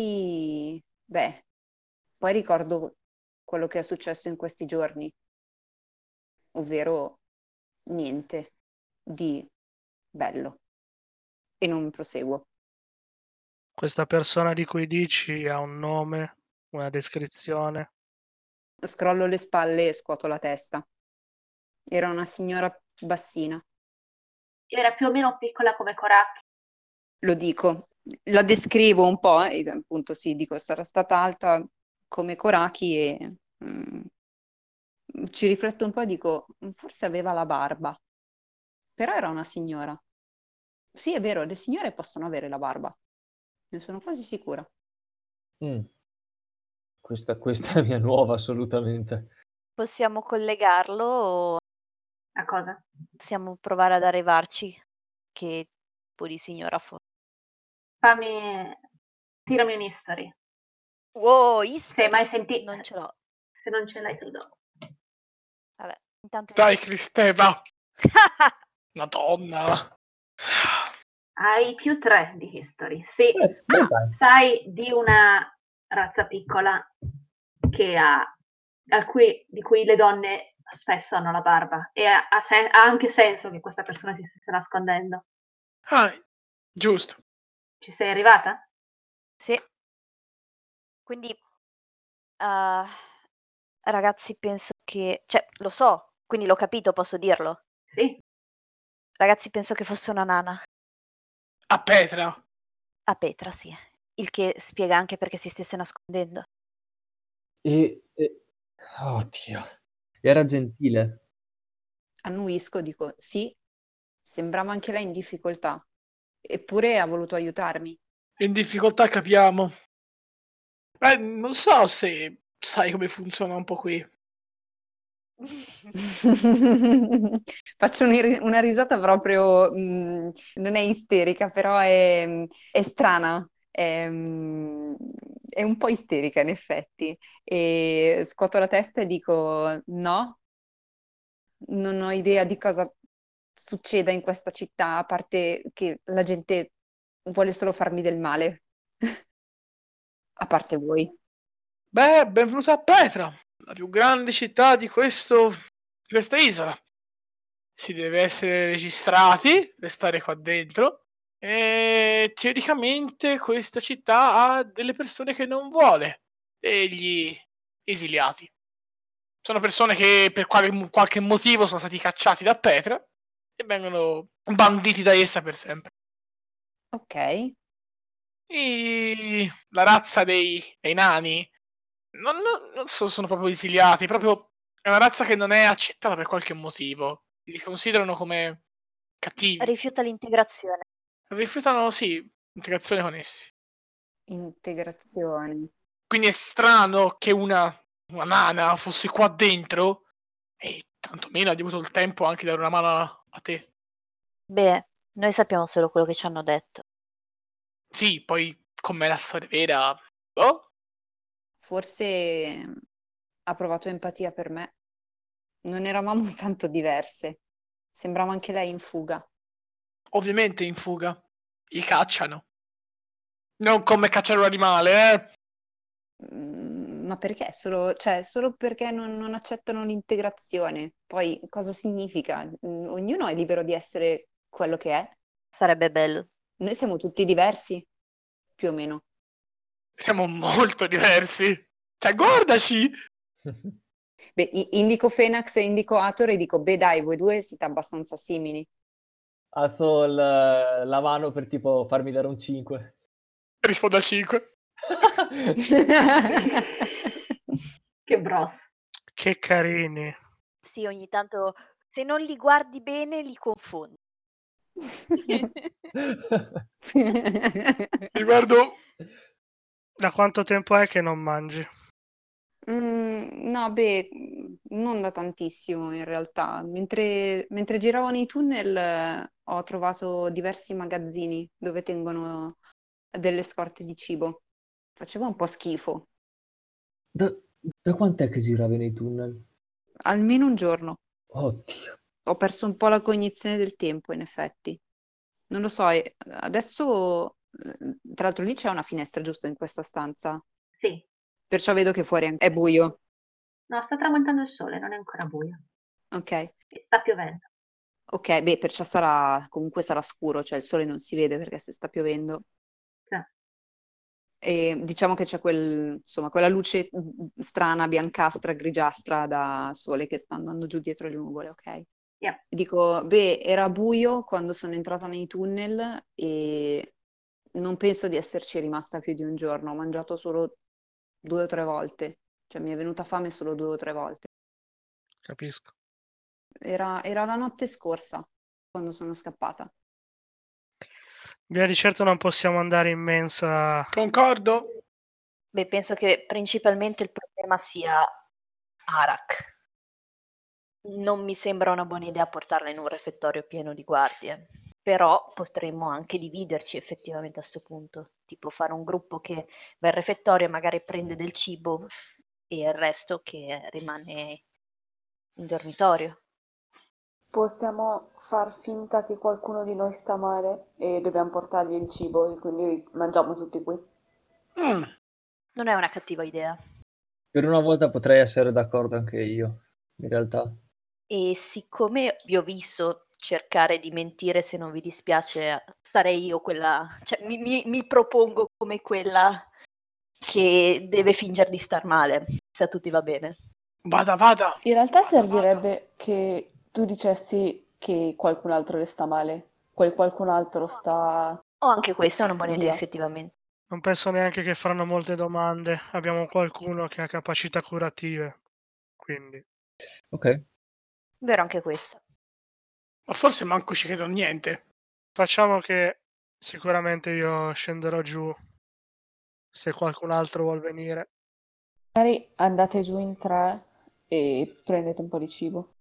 poi ricordo quello che è successo in questi giorni, ovvero niente di bello. E non proseguo. Questa persona di cui dici ha un nome, una descrizione? Scrollo le spalle e scuoto la testa. Era una signora bassina. Era più o meno piccola come Koraki. Lo dico La descrivo un po', e appunto sì, dico, sarà stata alta come Koraki e ci rifletto un po' e dico, forse aveva la barba, però era una signora. Sì, è vero, le signore possono avere la barba, ne sono quasi sicura. Mm. Questa mi è nuova assolutamente. Possiamo collegarlo o A cosa? possiamo provare ad arrivarci? Che tipo di signora Tirami un history. Wow, Se hai mai history! sentito... Non ce l'ho. Se non ce l'hai, te lo do. Vabbè, intanto... Dai, Cristeva! Madonna! Hai più 3 di history. Sì, Beh, dai. sai di una razza piccola di cui le donne spesso hanno la barba e ha anche senso che questa persona si stesse nascondendo. Ah, giusto. Ci sei arrivata? Sì. Quindi, ragazzi, penso che... Cioè, lo so, quindi l'ho capito, posso dirlo. Sì. Ragazzi, penso che fosse una nana. A Petra. A Petra, sì. Il che spiega anche perché si stesse nascondendo. Oddio. Era gentile. Annuisco, dico, sì, sembrava anche lei in difficoltà, eppure ha voluto aiutarmi. In difficoltà capiamo. Non so se sai come funziona un po' qui. Faccio una risata proprio, non è isterica, però è strana, è un po' isterica in effetti. E scuoto la testa e dico no, non ho idea di cosa succeda in questa città, a parte che la gente vuole solo farmi del male, a parte voi. Beh, benvenuta a Petra, la più grande città di questa isola. Si deve essere registrati per stare qua dentro. E teoricamente questa città ha delle persone che non vuole, degli esiliati. Sono persone che per qualche motivo sono stati cacciati da Petra e vengono banditi da essa per sempre. Ok. La razza dei nani non sono proprio esiliati, proprio è una razza che non è accettata per qualche motivo. Li considerano come cattivi. Rifiuta l'integrazione. Rifiutano, sì, integrazione con essi. Integrazione. Quindi è strano che una nana fosse qua dentro e tantomeno abbia avuto il tempo anche di dare una mano a te. Beh, noi sappiamo solo quello che ci hanno detto. Sì, poi com'è la storia vera? Oh? Forse ha provato empatia per me. Non eravamo tanto diverse. Sembrava anche lei in fuga. Ovviamente in fuga. Li cacciano. Non come cacciare un animale, eh? Ma perché? Solo perché non accettano l'integrazione. Poi cosa significa? Ognuno è libero di essere quello che è. Sarebbe bello. Noi siamo tutti diversi, più o meno. Siamo molto diversi. Cioè, guardaci! Beh, indico Fenax e indico Hathor e dico, beh dai, voi due siete abbastanza simili. Alzo la mano per tipo farmi dare un 5. Rispondo al 5. Che bros. Che carini. Sì, ogni tanto, se non li guardi bene, li confondi. Riguardo... Da quanto tempo è che non mangi? No, beh, non da tantissimo in realtà. Mentre giravo nei tunnel ho trovato diversi magazzini dove tengono delle scorte di cibo. Faceva un po' schifo. Da quant'è che giravi nei tunnel? Almeno un giorno. Oddio. Ho perso un po' la cognizione del tempo, in effetti. Non lo so, adesso, tra l'altro lì c'è una finestra giusto in questa stanza, Sì. perciò vedo che fuori è buio. No, sta tramontando il sole, non è ancora buio. Ok, E sta piovendo. ok, beh, perciò comunque sarà scuro, cioè il sole non si vede perché se sta piovendo. Sì. E diciamo che c'è insomma, quella luce strana, biancastra, grigiastra da sole che sta andando giù dietro le nuvole, ok? Yeah. Dico, beh, era buio quando sono entrata nei tunnel e non penso di esserci rimasta più di un giorno, ho mangiato solo 2 o 3 volte, cioè mi è venuta fame solo 2 o 3 volte. Capisco. Era la notte scorsa quando sono scappata. Beh, di certo non possiamo andare in mensa. Concordo. Beh, penso che principalmente il problema sia Arak. Non mi sembra una buona idea portarla in un refettorio pieno di guardie, però potremmo anche dividerci effettivamente a sto punto, tipo fare un gruppo che va in refettorio e magari prende del cibo e il resto che rimane in dormitorio. Possiamo far finta che qualcuno di noi sta male e dobbiamo portargli il cibo e quindi mangiamo tutti qui. Mm. Non è una cattiva idea. Per una volta potrei essere d'accordo anche io, in realtà. E siccome vi ho visto cercare di mentire, se non vi dispiace, sarei io quella, cioè mi propongo come quella che deve fingere di star male, se a tutti va bene. Vada. In realtà servirebbe che tu dicessi che qualcun altro le sta male. Qualcun altro sta O anche questa è una buona idea, via. effettivamente. Non penso neanche che faranno molte domande. Abbiamo qualcuno che ha capacità curative. Quindi. Ok. Vero anche questo. Ma forse manco ci credo niente. Facciamo che sicuramente io scenderò giù se qualcun altro vuol venire. Magari andate giù in 3 e prendete un po' di cibo.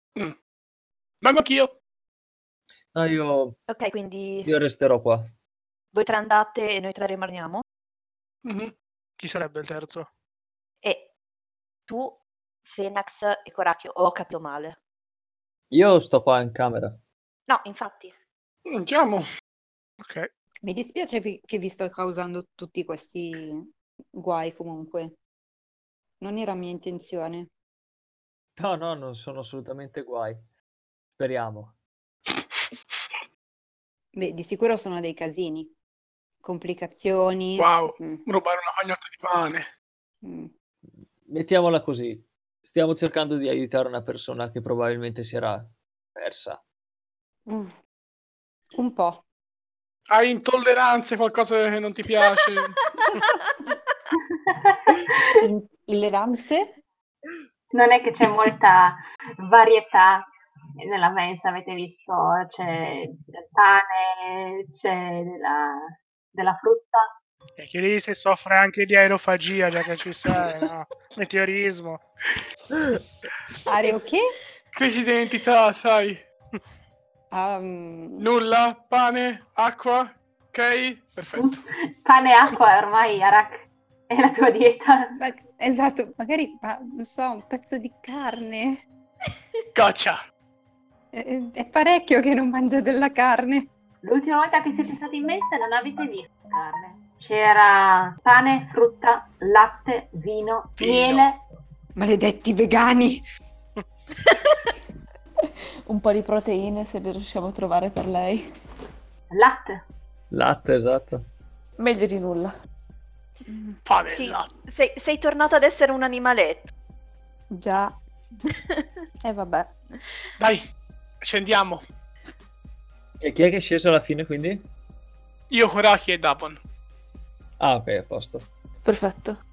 Vengo anch'io. No, Ok, quindi io resterò qua. voi 3 andate e noi 3 rimaniamo? Mhm. Chi sarebbe il terzo? E tu, Fenax e Coracchio, ho capito male? Io sto qua in camera. No, infatti. Andiamo. Ok. Mi dispiace che vi sto causando tutti questi guai comunque. Non era mia intenzione. No, non sono assolutamente guai. Speriamo. Beh, di sicuro sono dei casini. Complicazioni. Wow, Mm, rubare una pagnotta di pane. mm. Mettiamola così. Stiamo cercando di aiutare una persona che probabilmente si era persa. Mm. Un po'. Hai intolleranze, qualcosa che non ti piace? Intolleranze? Non è che c'è molta varietà nella mensa, avete visto, c'è del pane, c'è della frutta. E che lì si soffre anche di aerofagia, già che ci sei, no? Meteorismo. Areo che? Crisi di identità, sai. Um, Nulla, pane, acqua, ok? Perfetto. Pane e acqua ormai, Arak, è la tua dieta. esatto, magari, non so, un pezzo di carne. Gotcha. È parecchio che non mangia della carne. L'ultima volta che siete stati in mensa non avete visto carne. C'era pane, frutta, latte, vino, miele. Maledetti vegani! Un po' di proteine se le riusciamo a trovare per lei. Latte. Latte, esatto. Meglio di nulla. Pane, Sì, latte. sei tornato ad essere un animaletto. Già. Vabbè. Dai, scendiamo. E chi è che è sceso alla fine, quindi? Io, Horaki e Davon. Ah, ok, a posto. Perfetto.